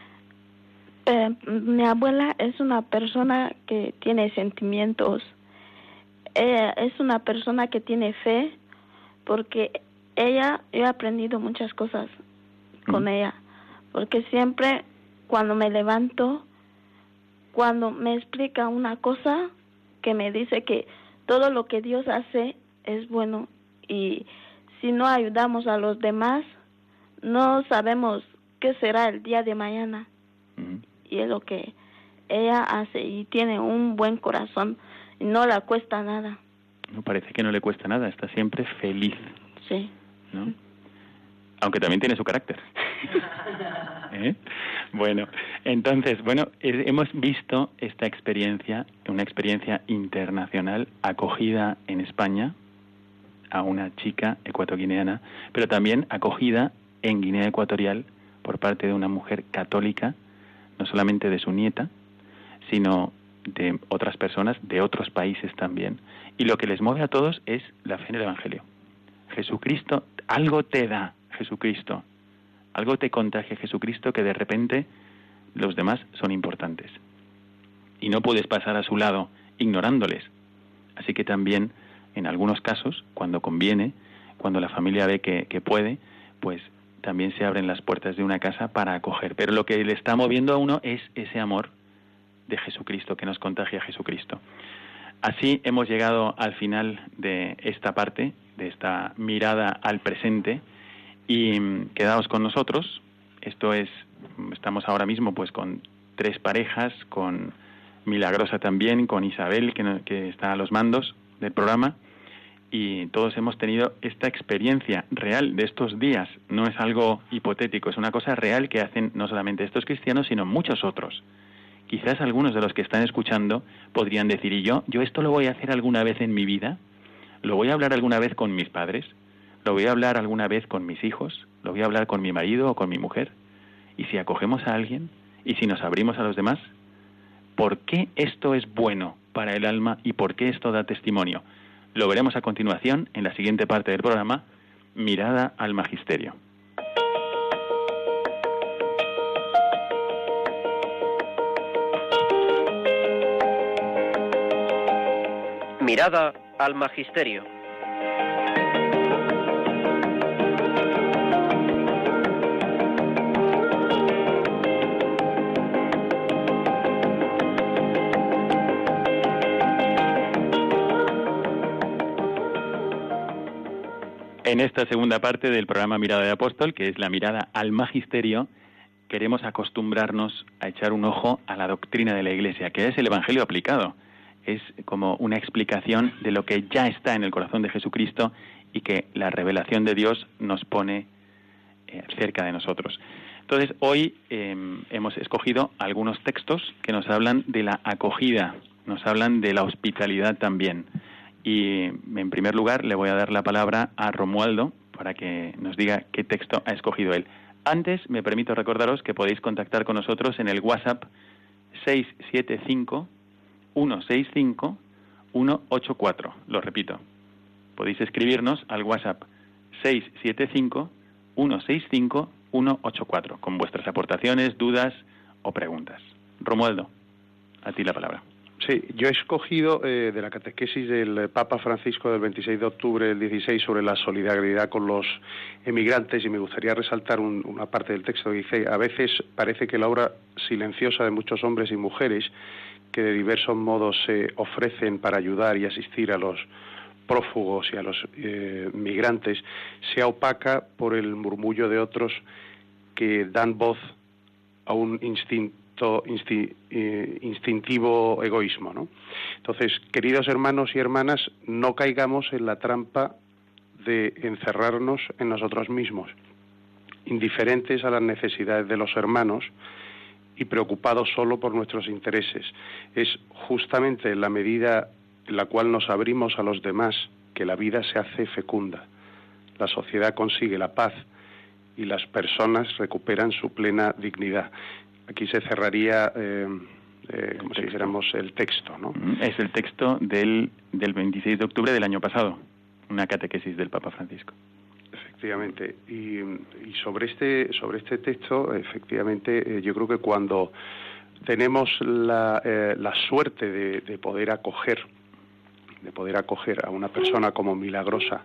eh, mi abuela es una persona que tiene sentimientos. Ella es una persona que tiene fe, porque ella, yo he aprendido muchas cosas con mm. ella, porque siempre cuando me levanto, cuando me explica una cosa, que me dice que todo lo que Dios hace es bueno, y si no ayudamos a los demás, no sabemos qué será el día de mañana. Mm. Y es lo que ella hace, y tiene un buen corazón, y no le cuesta nada. No, parece que no le cuesta nada, está siempre feliz. Sí. ¿No? Aunque también tiene su carácter. ¿Eh? Bueno, entonces, bueno, hemos visto esta experiencia, una experiencia internacional acogida en España a una chica ecuatoguineana, pero también acogida en Guinea Ecuatorial por parte de una mujer católica, no solamente de su nieta, sino de otras personas de otros países también. Y lo que les mueve a todos es la fe en el Evangelio. Jesucristo, algo te da Jesucristo, algo te contagia Jesucristo, que de repente los demás son importantes. Y no puedes pasar a su lado ignorándoles. Así que también, en algunos casos, cuando conviene, cuando la familia ve que, que puede, pues también se abren las puertas de una casa para acoger. Pero lo que le está moviendo a uno es ese amor de Jesucristo, que nos contagia Jesucristo. Así hemos llegado al final de esta parte, de esta mirada al presente, y quedaos con nosotros. Esto es, estamos ahora mismo pues con tres parejas, con Milagrosa también, con Isabel, que, que está a los mandos del programa, y todos hemos tenido esta experiencia real de estos días. No es algo hipotético, es una cosa real que hacen no solamente estos cristianos, sino muchos otros. Quizás algunos de los que están escuchando podrían decir, ¿y yo? ¿Yo esto lo voy a hacer alguna vez en mi vida? ¿Lo voy a hablar alguna vez con mis padres? ¿Lo voy a hablar alguna vez con mis hijos? ¿Lo voy a hablar con mi marido o con mi mujer? ¿Y si acogemos a alguien? ¿Y si nos abrimos a los demás? ¿Por qué esto es bueno para el alma y por qué esto da testimonio? Lo veremos a continuación en la siguiente parte del programa, Mirada al Magisterio. Mirada al Magisterio. En esta segunda parte del programa Mirada de Apóstol, que es la mirada al Magisterio, queremos acostumbrarnos a echar un ojo a la doctrina de la Iglesia, que es el Evangelio aplicado. Es como una explicación de lo que ya está en el corazón de Jesucristo y que la revelación de Dios nos pone eh, cerca de nosotros. Entonces, hoy eh, hemos escogido algunos textos que nos hablan de la acogida, nos hablan de la hospitalidad también. Y en primer lugar le voy a dar la palabra a Romualdo para que nos diga qué texto ha escogido él. Antes me permito recordaros que podéis contactar con nosotros en el WhatsApp seis siete cinco, uno seis cinco, uno ocho cuatro. Lo repito, podéis escribirnos al WhatsApp seis siete cinco, uno seis cinco, uno ocho cuatro con vuestras aportaciones, dudas o preguntas. Romualdo, a ti la palabra. Sí, yo he escogido eh, de la catequesis del Papa Francisco del veintiséis de octubre del dieciséis sobre la solidaridad con los emigrantes, y me gustaría resaltar un, una parte del texto que dice: a veces parece que la obra silenciosa de muchos hombres y mujeres que de diversos modos se ofrecen para ayudar y asistir a los prófugos y a los eh, migrantes sea opaca por el murmullo de otros que dan voz a un instinto Insti, eh, instintivo egoísmo, ¿no? Entonces, queridos hermanos y hermanas, no caigamos en la trampa de encerrarnos en nosotros mismos, indiferentes a las necesidades de los hermanos, y preocupados solo por nuestros intereses. Es justamente en la medida en la cual nos abrimos a los demás que la vida se hace fecunda, la sociedad consigue la paz y las personas recuperan su plena dignidad. Aquí se cerraría, eh, eh, como si dijéramos, el texto, ¿no? Es el texto del, del veintiséis de octubre del año pasado, una catequesis del Papa Francisco. Efectivamente, y, y sobre este sobre este texto, efectivamente, eh, yo creo que cuando tenemos la, eh, la suerte de, de poder acoger, de poder acoger a una persona como Milagrosa,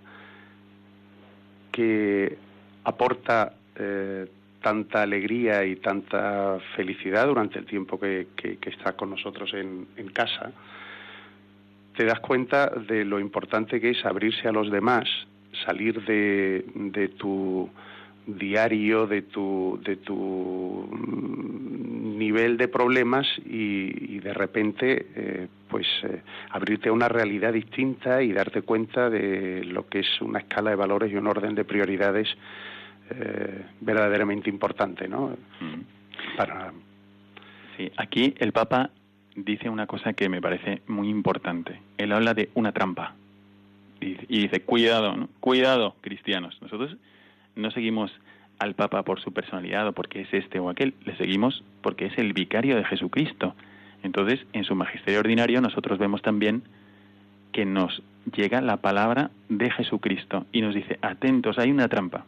que aporta eh, tanta alegría y tanta felicidad durante el tiempo que, que, que está con nosotros en, en casa, te das cuenta de lo importante que es abrirse a los demás, salir de, de tu diario, de tu, de tu nivel de problemas y, y de repente eh, pues eh, abrirte a una realidad distinta y darte cuenta de lo que es una escala de valores y un orden de prioridades eh, verdaderamente importante, ¿no? Mm. Para... Sí, aquí el Papa dice una cosa que me parece muy importante. Él habla de una trampa y, y dice, cuidado, ¿no? Cuidado, cristianos. Nosotros no seguimos al Papa por su personalidad o porque es este o aquel, le seguimos porque es el vicario de Jesucristo. Entonces, en su magisterio ordinario nosotros vemos también que nos llega la palabra de Jesucristo y nos dice, atentos, hay una trampa.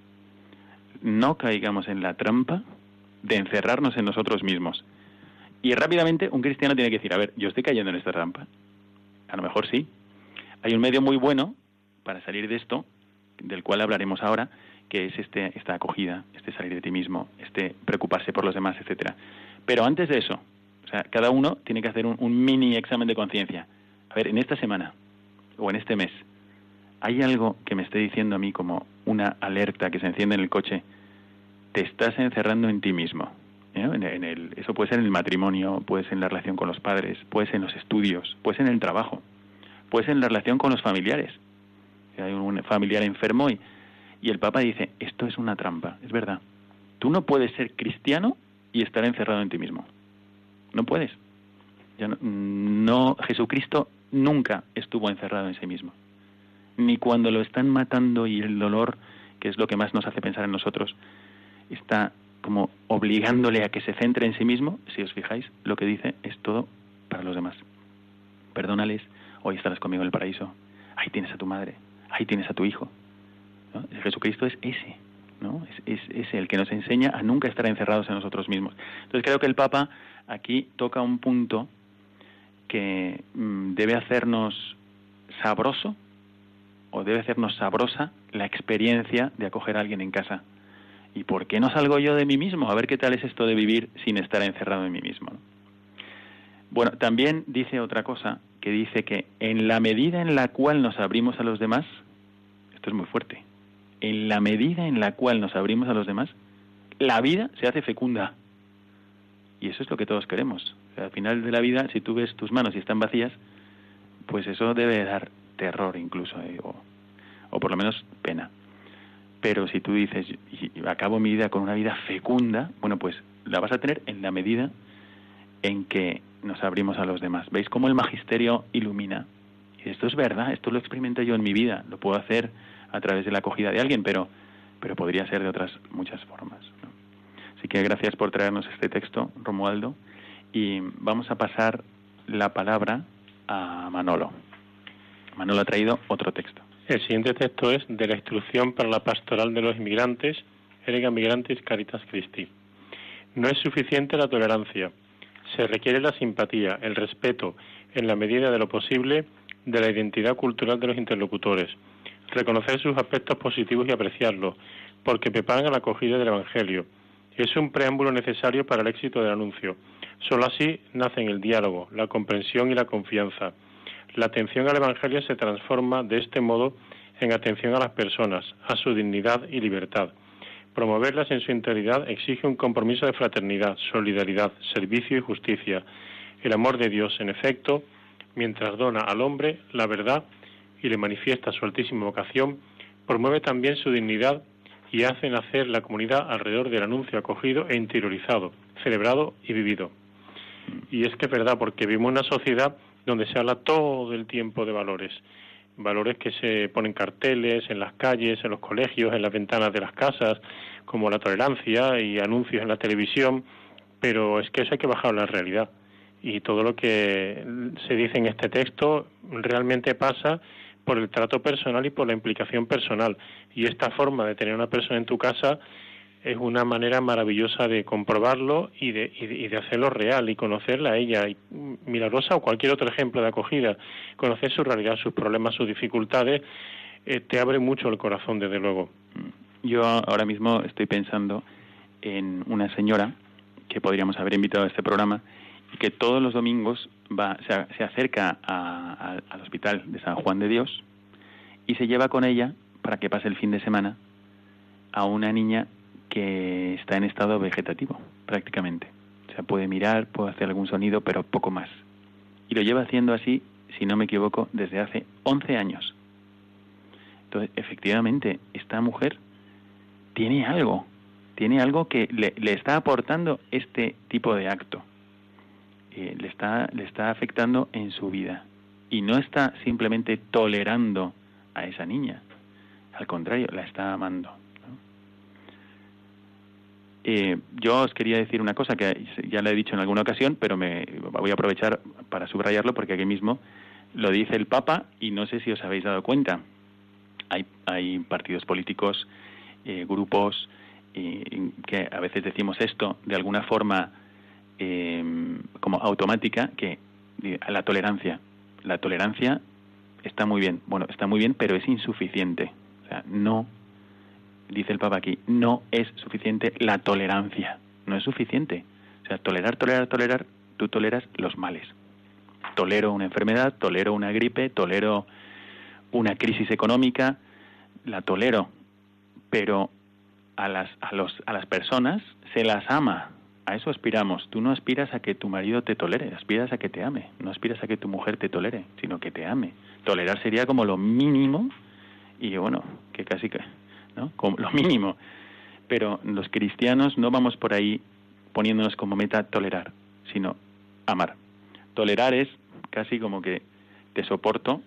No caigamos en la trampa de encerrarnos en nosotros mismos. Y rápidamente un cristiano tiene que decir, a ver, yo estoy cayendo en esta trampa. A lo mejor sí. Hay un medio muy bueno para salir de esto, del cual hablaremos ahora, que es este esta acogida, este salir de ti mismo, este preocuparse por los demás, etcétera. Pero antes de eso, o sea, cada uno tiene que hacer un, un mini examen de conciencia. A ver, en esta semana o en este mes, ¿hay algo que me esté diciendo a mí como una alerta que se enciende en el coche? Te estás encerrando en ti mismo. ¿Eh? En, en el, eso puede ser en el matrimonio, puede ser en la relación con los padres, puede ser en los estudios, puede ser en el trabajo, puede ser en la relación con los familiares. Si hay un familiar enfermo y, y el Papa dice, esto es una trampa, es verdad. Tú no puedes ser cristiano y estar encerrado en ti mismo. No puedes. Ya no, no, Jesucristo nunca estuvo encerrado en sí mismo. Ni cuando lo están matando y el dolor, que es lo que más nos hace pensar en nosotros, está como obligándole a que se centre en sí mismo. Si os fijáis, lo que dice es todo para los demás. Perdónales, hoy estarás conmigo en el paraíso, ahí tienes a tu madre, ahí tienes a tu hijo, ¿no? Jesucristo es ese, ¿no? Es, es, es el que nos enseña a nunca estar encerrados en nosotros mismos. Entonces creo que el Papa aquí toca un punto que mmm, debe hacernos sabroso o debe hacernos sabrosa la experiencia de acoger a alguien en casa. ¿Y por qué no salgo yo de mí mismo? A ver qué tal es esto de vivir sin estar encerrado en mí mismo, ¿no? Bueno, también dice otra cosa, que dice que en la medida en la cual nos abrimos a los demás, esto es muy fuerte, en la medida en la cual nos abrimos a los demás, la vida se hace fecunda. Y eso es lo que todos queremos. O sea, al final de la vida, si tú ves tus manos y están vacías, pues eso debe dar terror incluso, eh, o, o por lo menos pena. Pero si tú dices, y acabo mi vida con una vida fecunda, bueno, pues la vas a tener en la medida en que nos abrimos a los demás. ¿Veis cómo el magisterio ilumina? Y esto es verdad, esto lo experimento yo en mi vida, lo puedo hacer a través de la acogida de alguien, pero, pero podría ser de otras muchas formas, ¿no? Así que gracias por traernos este texto, Romualdo, y vamos a pasar la palabra a Manolo. Manolo ha traído otro texto. El siguiente texto es de la instrucción para la pastoral de los inmigrantes, Erga Migrantis Caritas Christi. No es suficiente la tolerancia, se requiere la simpatía, el respeto, en la medida de lo posible, de la identidad cultural de los interlocutores, reconocer sus aspectos positivos y apreciarlos, porque preparan a la acogida del Evangelio. Es un preámbulo necesario para el éxito del anuncio. Solo así nacen el diálogo, la comprensión y la confianza. La atención al Evangelio se transforma de este modo en atención a las personas, a su dignidad y libertad. Promoverlas en su integridad exige un compromiso de fraternidad, solidaridad, servicio y justicia. El amor de Dios, en efecto, mientras dona al hombre la verdad y le manifiesta su altísima vocación, promueve también su dignidad y hace nacer la comunidad alrededor del anuncio acogido e interiorizado, celebrado y vivido. Y es que es verdad, porque vivimos una sociedad donde se habla todo el tiempo de valores. Valores que se ponen carteles en las calles, en los colegios, en las ventanas de las casas, como la tolerancia y anuncios en la televisión, pero es que eso hay que bajar a la realidad. Y todo lo que se dice en este texto realmente pasa por el trato personal y por la implicación personal. Y esta forma de tener una persona en tu casa es una manera maravillosa de comprobarlo y de, y de, y de hacerlo real y conocerla a ella. Y Milagrosa o cualquier otro ejemplo de acogida, conocer su realidad, sus problemas, sus dificultades, eh, te abre mucho el corazón, desde luego. Yo ahora mismo estoy pensando en una señora que podríamos haber invitado a este programa y que todos los domingos va, se, se acerca a, a, al hospital de San Juan de Dios y se lleva con ella, para que pase el fin de semana, a una niña que está en estado vegetativo, prácticamente. O sea, puede mirar, puede hacer algún sonido, pero poco más. Y lo lleva haciendo así, si no me equivoco, desde hace once años. Entonces, efectivamente, esta mujer tiene algo, tiene algo que le, le está aportando este tipo de acto. Eh, le está, le está afectando en su vida. Y no está simplemente tolerando a esa niña. Al contrario, la está amando. Eh, yo os quería decir una cosa que ya le he dicho en alguna ocasión, pero me voy a aprovechar para subrayarlo porque aquí mismo lo dice el Papa y no sé si os habéis dado cuenta. Hay, hay partidos políticos, eh, grupos, eh, que a veces decimos esto de alguna forma eh, como automática, que la tolerancia. La tolerancia está muy bien, bueno, está muy bien, pero es insuficiente. O sea, no... Dice el Papa aquí, no es suficiente la tolerancia, no es suficiente. O sea, tolerar, tolerar, tolerar, tú toleras los males. Tolero una enfermedad, tolero una gripe, tolero una crisis económica, la tolero, pero a las, a los, a las personas se las ama, a eso aspiramos. Tú no aspiras a que tu marido te tolere, aspiras a que te ame, no aspiras a que tu mujer te tolere, sino que te ame. Tolerar sería como lo mínimo y bueno, que casi que... ¿no? Como lo mínimo, pero los cristianos no vamos por ahí poniéndonos como meta tolerar, sino amar. Tolerar es casi como que te soporto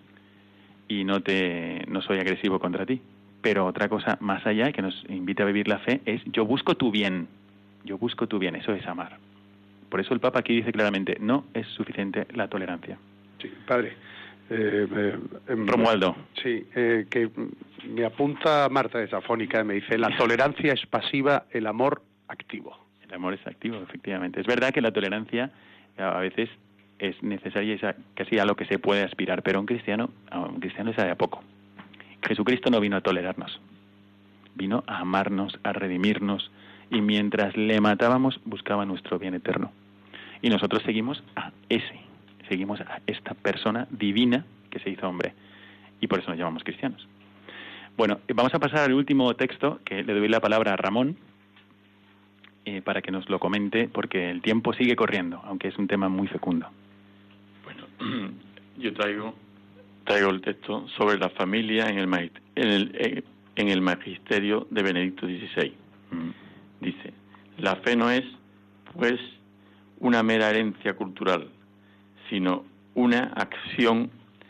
y no te no soy agresivo contra ti, pero otra cosa más allá que nos invita a vivir la fe es yo busco tu bien, yo busco tu bien, eso es amar. Por eso el Papa aquí dice claramente, no es suficiente la tolerancia. Sí, padre. Eh, eh, Romualdo. Sí, eh, que me apunta Marta de Safónica, me dice, la tolerancia es pasiva, el amor activo. El amor es activo, efectivamente. Es verdad que la tolerancia a veces es necesaria, es casi a lo que se puede aspirar, pero un cristiano, a un cristiano es a poco. Jesucristo no vino a tolerarnos, vino a amarnos, a redimirnos, y mientras le matábamos buscaba nuestro bien eterno. Y nosotros seguimos a ese. Seguimos a esta persona divina que se hizo hombre. Y por eso nos llamamos cristianos. Bueno, vamos a pasar al último texto, que le doy la palabra a Ramón, eh, para que nos lo comente, porque el tiempo sigue corriendo, aunque es un tema muy fecundo. Bueno, yo traigo traigo el texto sobre la familia en el, en el, en el magisterio de Benedicto dieciséis. Mm. Dice, la fe no es, pues, una mera herencia cultural, sino una acción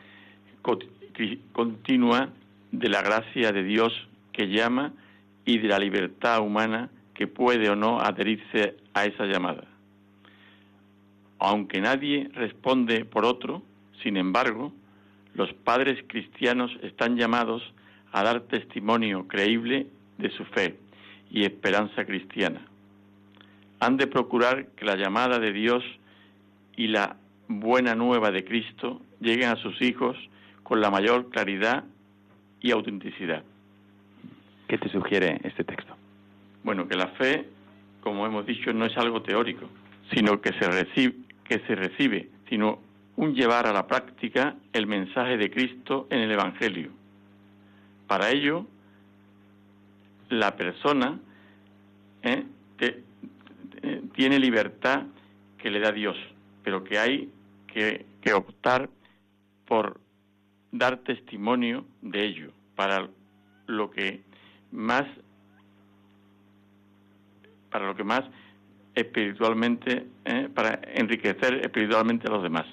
continua de la gracia de Dios que llama y de la libertad humana que puede o no adherirse a esa llamada. Aunque nadie responde por otro, sin embargo, los padres cristianos están llamados a dar testimonio creíble de su fe y esperanza cristiana. Han de procurar que la llamada de Dios y la buena nueva de Cristo lleguen a sus hijos con la mayor claridad y autenticidad. ¿Qué te sugiere este texto? Bueno, que la fe, como hemos dicho, no es algo teórico, sino que se recibe, que se recibe, sino un llevar a la práctica el mensaje de Cristo en el Evangelio. Para ello, la persona eh, te, te, tiene libertad que le da Dios, pero que hay que, que optar por dar testimonio de ello, para lo que más para lo que más espiritualmente, ¿eh? para enriquecer espiritualmente a los demás.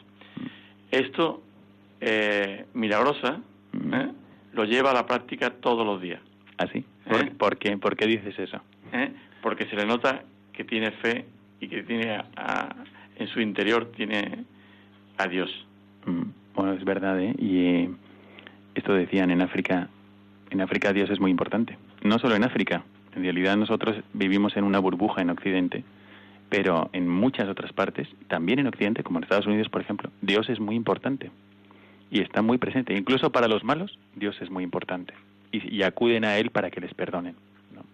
Esto, eh, Milagrosa, ¿eh? lo lleva a la práctica todos los días. ¿Así? ¿Por, ¿Eh? ¿Por qué? ¿Por qué dices eso? ¿Eh? Porque se le nota que tiene fe y que tiene a, a, en su interior tiene a Dios. Mm. Bueno, es verdad, ¿eh? Y eh, esto decían en África, en África Dios es muy importante. No solo en África, en realidad nosotros vivimos en una burbuja en Occidente, pero en muchas otras partes, también en Occidente, como en Estados Unidos, por ejemplo, Dios es muy importante y está muy presente. Incluso para los malos, Dios es muy importante y, y acuden a Él para que les perdonen, ¿no?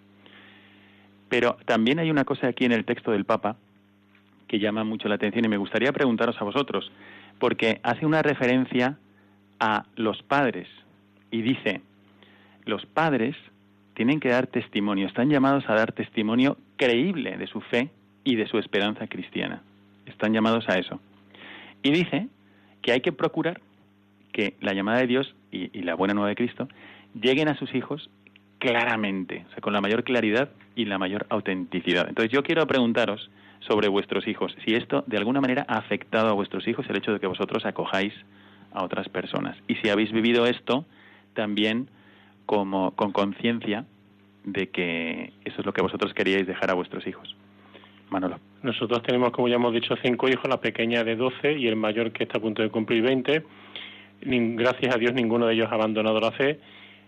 Pero también hay una cosa aquí en el texto del Papa que llama mucho la atención y me gustaría preguntaros a vosotros, porque hace una referencia a los padres y dice, los padres tienen que dar testimonio, están llamados a dar testimonio creíble de su fe y de su esperanza cristiana. Están llamados a eso. Y dice que hay que procurar que la llamada de Dios y, y la buena nueva de Cristo lleguen a sus hijos claramente, o sea, con la mayor claridad y la mayor autenticidad. Entonces yo quiero preguntaros sobre vuestros hijos, si esto de alguna manera ha afectado a vuestros hijos el hecho de que vosotros acojáis a otras personas. Y si habéis vivido esto también como con conciencia de que eso es lo que vosotros queríais dejar a vuestros hijos. Manolo. Nosotros tenemos, como ya hemos dicho, cinco hijos, la pequeña de doce y el mayor que está a punto de cumplir veinte. Ni, gracias a Dios ninguno de ellos ha abandonado la fe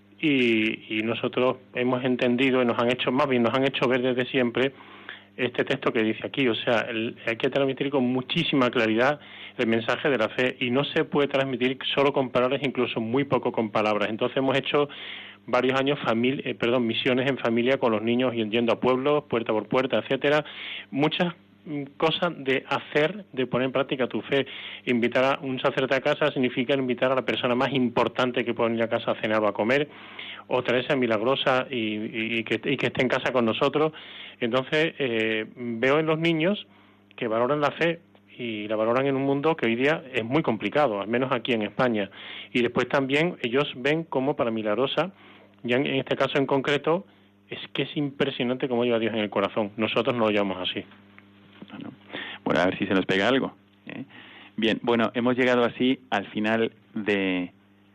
y, y nosotros hemos entendido y nos han hecho, más bien nos han hecho ver desde siempre este texto que dice aquí, o sea, el, hay que transmitir con muchísima claridad el mensaje de la fe y no se puede transmitir solo con palabras, incluso muy poco con palabras. Entonces hemos hecho varios años familia, eh, perdón, misiones en familia con los niños yendo a pueblos, puerta por puerta, etcétera. Muchas cosas de hacer, de poner en práctica tu fe. Invitar a un sacerdote a casa significa invitar a la persona más importante que puede venir a casa a cenar o a comer, o traerse a Milagrosa y, y, y, que, y que esté en casa con nosotros. Entonces eh, veo en los niños que valoran la fe y la valoran en un mundo que hoy día es muy complicado, al menos aquí en España. Y después también ellos ven cómo para Milagrosa, ya en, en este caso en concreto, es que es impresionante cómo lleva Dios en el corazón. Nosotros no lo llevamos así. Bueno, a ver si se nos pega algo, ¿eh? Bien, bueno, hemos llegado así al final de,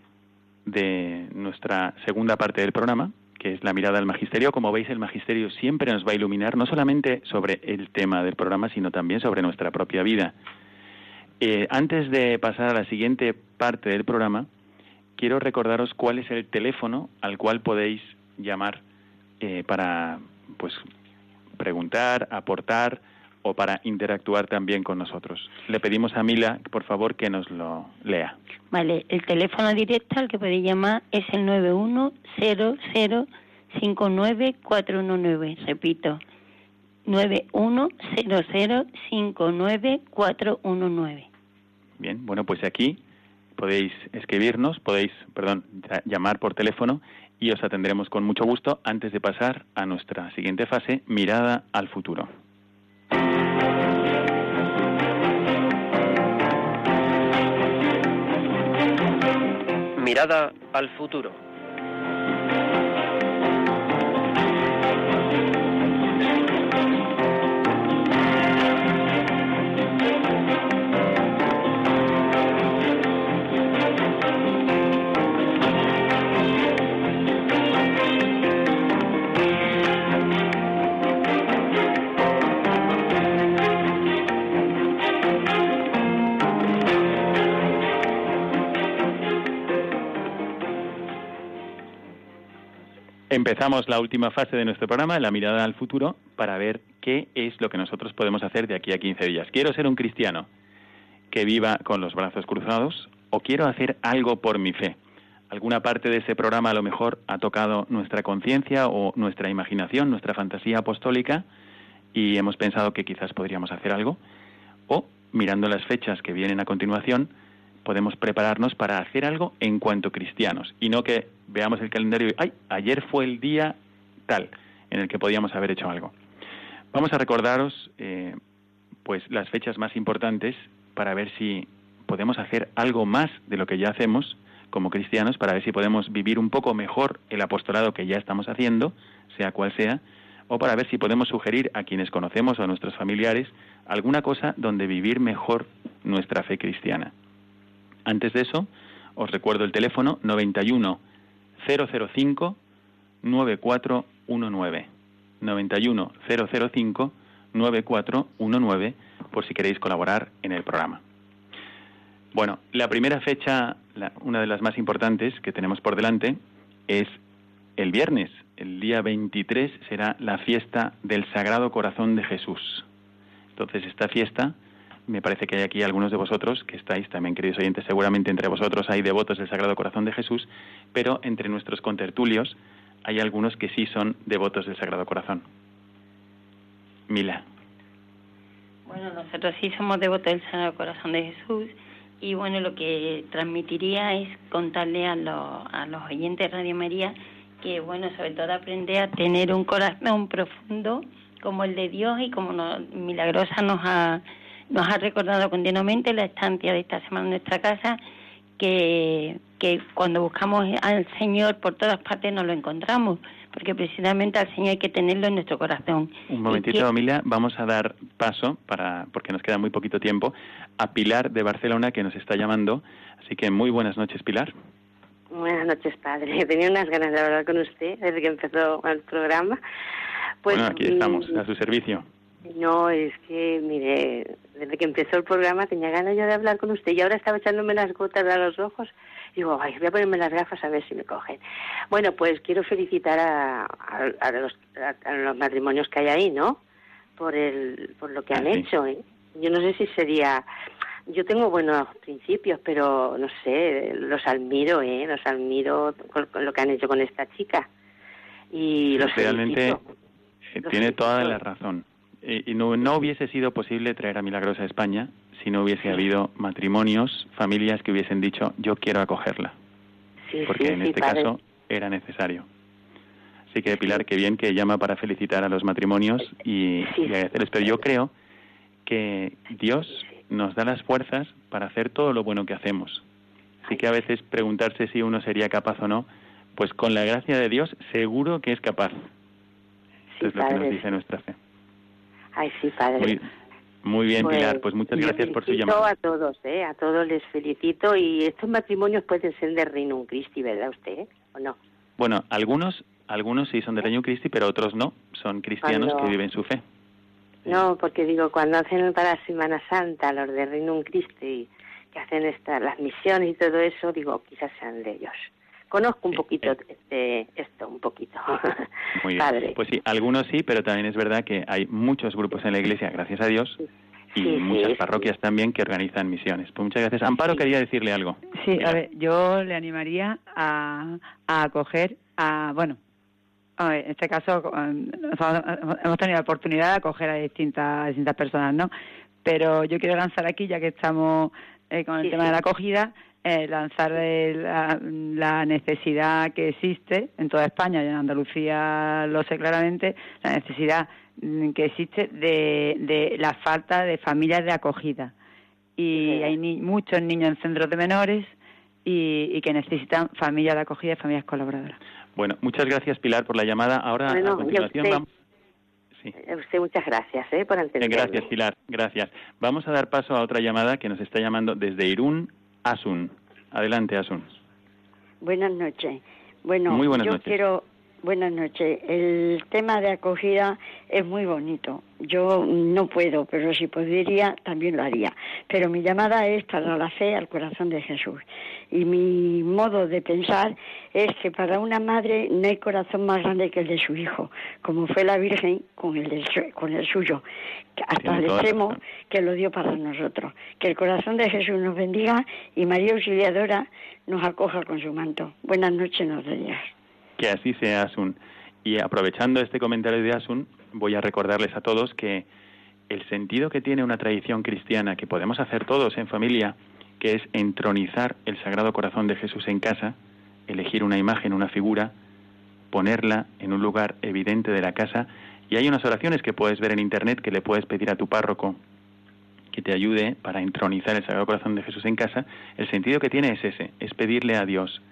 de nuestra segunda parte del programa, que es la mirada al magisterio. Como veis, el magisterio siempre nos va a iluminar, no solamente sobre el tema del programa, sino también sobre nuestra propia vida. Eh, antes de pasar a la siguiente parte del programa, quiero recordaros cuál es el teléfono al cual podéis llamar eh, para, pues, preguntar, aportar o para interactuar también con nosotros. Le pedimos a Mila, por favor, que nos lo lea. Vale, el teléfono directo al que podéis llamar es el nueve uno cero cero cinco nueve cuatro uno nueve. Repito, nueve uno cero cero cinco nueve cuatro uno nueve. Bien, bueno, pues aquí podéis escribirnos, podéis, perdón, llamar por teléfono y os atenderemos con mucho gusto antes de pasar a nuestra siguiente fase, mirada al futuro. Mirada al futuro. Empezamos la última fase de nuestro programa, la mirada al futuro, para ver qué es lo que nosotros podemos hacer de aquí a quince días. ¿Quiero ser un cristiano que viva con los brazos cruzados o quiero hacer algo por mi fe? Alguna parte de ese programa a lo mejor ha tocado nuestra conciencia o nuestra imaginación, nuestra fantasía apostólica y hemos pensado que quizás podríamos hacer algo. O, mirando las fechas que vienen a continuación, podemos prepararnos para hacer algo en cuanto cristianos y no que veamos el calendario y ¡ay! Ayer fue el día tal en el que podíamos haber hecho algo. Vamos a recordaros eh, pues las fechas más importantes para ver si podemos hacer algo más de lo que ya hacemos como cristianos, para ver si podemos vivir un poco mejor el apostolado que ya estamos haciendo, sea cual sea, o para ver si podemos sugerir a quienes conocemos o a nuestros familiares alguna cosa donde vivir mejor nuestra fe cristiana. Antes de eso, os recuerdo el teléfono noventa y uno, cero cero cinco, nueve cuatro uno nueve. noventa y uno, cero cero cinco, nueve cuatro uno nueve, por si queréis colaborar en el programa. Bueno, la primera fecha, la, una de las más importantes que tenemos por delante, es el viernes. El día veintitrés será la fiesta del Sagrado Corazón de Jesús. Entonces, esta fiesta, me parece que hay aquí algunos de vosotros que estáis también, queridos oyentes, seguramente entre vosotros hay devotos del Sagrado Corazón de Jesús, pero entre nuestros contertulios hay algunos que sí son devotos del Sagrado Corazón. Mila. Bueno, nosotros sí somos devotos del Sagrado Corazón de Jesús y bueno, lo que transmitiría es contarle a, lo, a los oyentes de Radio María que bueno, sobre todo aprender a tener un corazón profundo como el de Dios y como nos, Milagrosa nos ha, nos ha recordado continuamente la estancia de esta semana en nuestra casa, que, que cuando buscamos al Señor por todas partes nos lo encontramos, porque precisamente al Señor hay que tenerlo en nuestro corazón. Un momentito, que... Emilia, vamos a dar paso, para porque nos queda muy poquito tiempo, a Pilar de Barcelona, que nos está llamando. Así que muy buenas noches, Pilar. Buenas noches, padre. Tenía unas ganas de hablar con usted desde que empezó el programa. Pues, bueno, aquí estamos, a su servicio. No, es que, mire, desde que empezó el programa tenía ganas yo de hablar con usted y ahora estaba echándome las gotas a los ojos. Digo, ay, voy a ponerme las gafas a ver si me cogen. Bueno, pues quiero felicitar a, a, a, los, a, a los matrimonios que hay ahí, ¿no? Por el por lo que han ah, hecho, ¿eh? Yo no sé si sería... Yo tengo buenos principios, pero no sé, los admiro, ¿eh? Los admiro con, con lo que han hecho con esta chica. Y los realmente felicito. Los tiene felicito. Toda la razón. Y, y no, no hubiese sido posible traer a Milagrosa a España si no hubiese sí. habido matrimonios, familias que hubiesen dicho, yo quiero acogerla. Sí, porque sí, en sí, este padre. caso era necesario. Así que, Pilar, qué bien que llama para felicitar a los matrimonios y, sí. y agradecerles. Pero yo creo que Dios nos da las fuerzas para hacer todo lo bueno que hacemos. Así que a veces preguntarse si uno sería capaz o no, pues con la gracia de Dios seguro que es capaz. Eso sí, es lo padre. que nos dice nuestra fe. Ay, sí, padre. Muy, muy bien, pues, Pilar, pues muchas gracias por su llamada. Felicito a todos, ¿eh? A todos les felicito. Y estos matrimonios pueden ser de Reino Christi, ¿verdad usted? ¿Eh? ¿O no? Bueno, algunos algunos sí son de Reino Christi, pero otros no. Son cristianos Cuando... que viven su fe. No, porque digo, cuando hacen para Semana Santa los de Reino Christi, que hacen esta, las misiones y todo eso, digo, quizás sean de ellos. Conozco un sí, poquito eh. este, esto, un poquito. Muy bien. Padre. Pues sí, algunos sí, pero también es verdad que hay muchos grupos en la Iglesia, gracias a Dios, y sí, muchas sí, parroquias sí. también que organizan misiones. Pues muchas gracias. Amparo sí. quería decirle algo. Sí, Mira. a ver, yo le animaría a, a acoger a, bueno, a ver, en este caso hemos tenido la oportunidad de acoger a distintas, a distintas personas, ¿no? Pero yo quiero lanzar aquí, ya que estamos eh, con el sí, tema sí. de la acogida, eh, lanzar el, la, la necesidad que existe en toda España, y en Andalucía lo sé claramente, la necesidad que existe de, de la falta de familias de acogida. Y sí. hay ni, muchos niños en centros de menores y, y que necesitan familias de acogida y familias colaboradoras. Bueno, muchas gracias, Pilar, por la llamada. Ahora, bueno, a continuación, usted, vamos... Sí. Usted muchas gracias ¿eh? por entenderme. Gracias, Pilar, gracias. Vamos a dar paso a otra llamada que nos está llamando desde Irún, Asun. Adelante, Asun. Buenas noches. Bueno, muy buenas yo noches. quiero... Buenas noches. El tema de acogida es muy bonito. Yo no puedo, pero si podría, también lo haría. Pero mi llamada es para la fe al corazón de Jesús. Y mi modo de pensar es que para una madre no hay corazón más grande que el de su hijo, como fue la Virgen con el, de, con el suyo, hasta el extremo que lo dio para nosotros. Que el corazón de Jesús nos bendiga y María Auxiliadora nos acoja con su manto. Buenas noches, nos días. Que así sea, Asun. Y aprovechando este comentario de Asun, voy a recordarles a todos que el sentido que tiene una tradición cristiana, que podemos hacer todos en familia, que es entronizar el Sagrado Corazón de Jesús en casa, elegir una imagen, una figura, ponerla en un lugar evidente de la casa, y hay unas oraciones que puedes ver en internet que le puedes pedir a tu párroco que te ayude para entronizar el Sagrado Corazón de Jesús en casa. El sentido que tiene es ese, es pedirle a Dios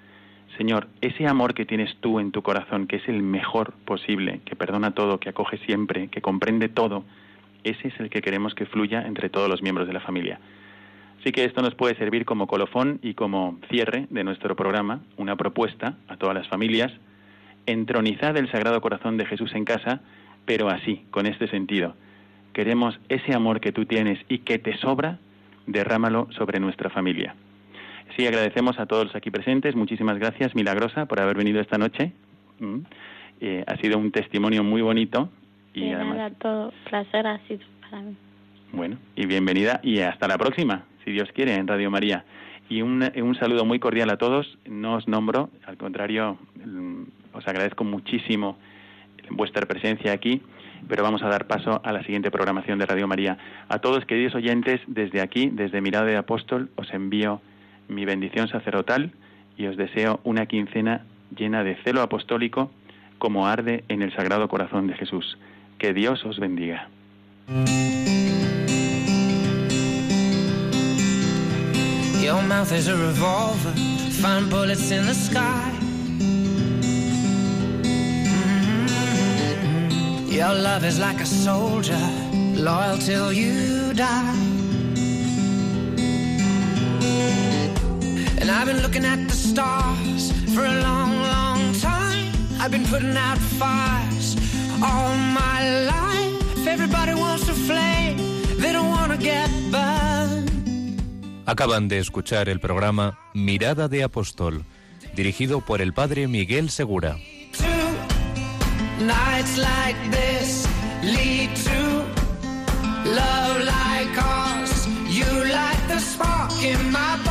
Señor, ese amor que tienes tú en tu corazón, que es el mejor posible, que perdona todo, que acoge siempre, que comprende todo, ese es el que queremos que fluya entre todos los miembros de la familia. Así que esto nos puede servir como colofón y como cierre de nuestro programa, una propuesta a todas las familias: entronizad el Sagrado Corazón de Jesús en casa, pero así, con este sentido. Queremos ese amor que tú tienes y que te sobra, derrámalo sobre nuestra familia. Sí, agradecemos a todos los aquí presentes. Muchísimas gracias, Milagrosa, por haber venido esta noche. Mm. Eh, ha sido un testimonio muy bonito. Y de además, nada, todo placer ha sido para mí. Bueno, y bienvenida y hasta la próxima, si Dios quiere, en Radio María. Y un, un saludo muy cordial a todos. No os nombro, al contrario, os agradezco muchísimo vuestra presencia aquí, pero vamos a dar paso a la siguiente programación de Radio María. A todos, queridos oyentes, desde aquí, desde Mirada de Apóstol, os envío mi bendición sacerdotal y os deseo una quincena llena de celo apostólico como arde en el Sagrado Corazón de Jesús. Que Dios os bendiga. Your mouth is a revolver, find bullets in the sky. Mm-hmm. Your love is like a soldier, loyal till you die. And I've been looking at the stars for a long, long time. I've been putting out fires all my life. Everybody wants to flame, they don't want to get burned. Acaban de escuchar el programa Mirada de Apóstol, dirigido por el padre Miguel Segura. Nights like this lead to love like ours. You light the spark in my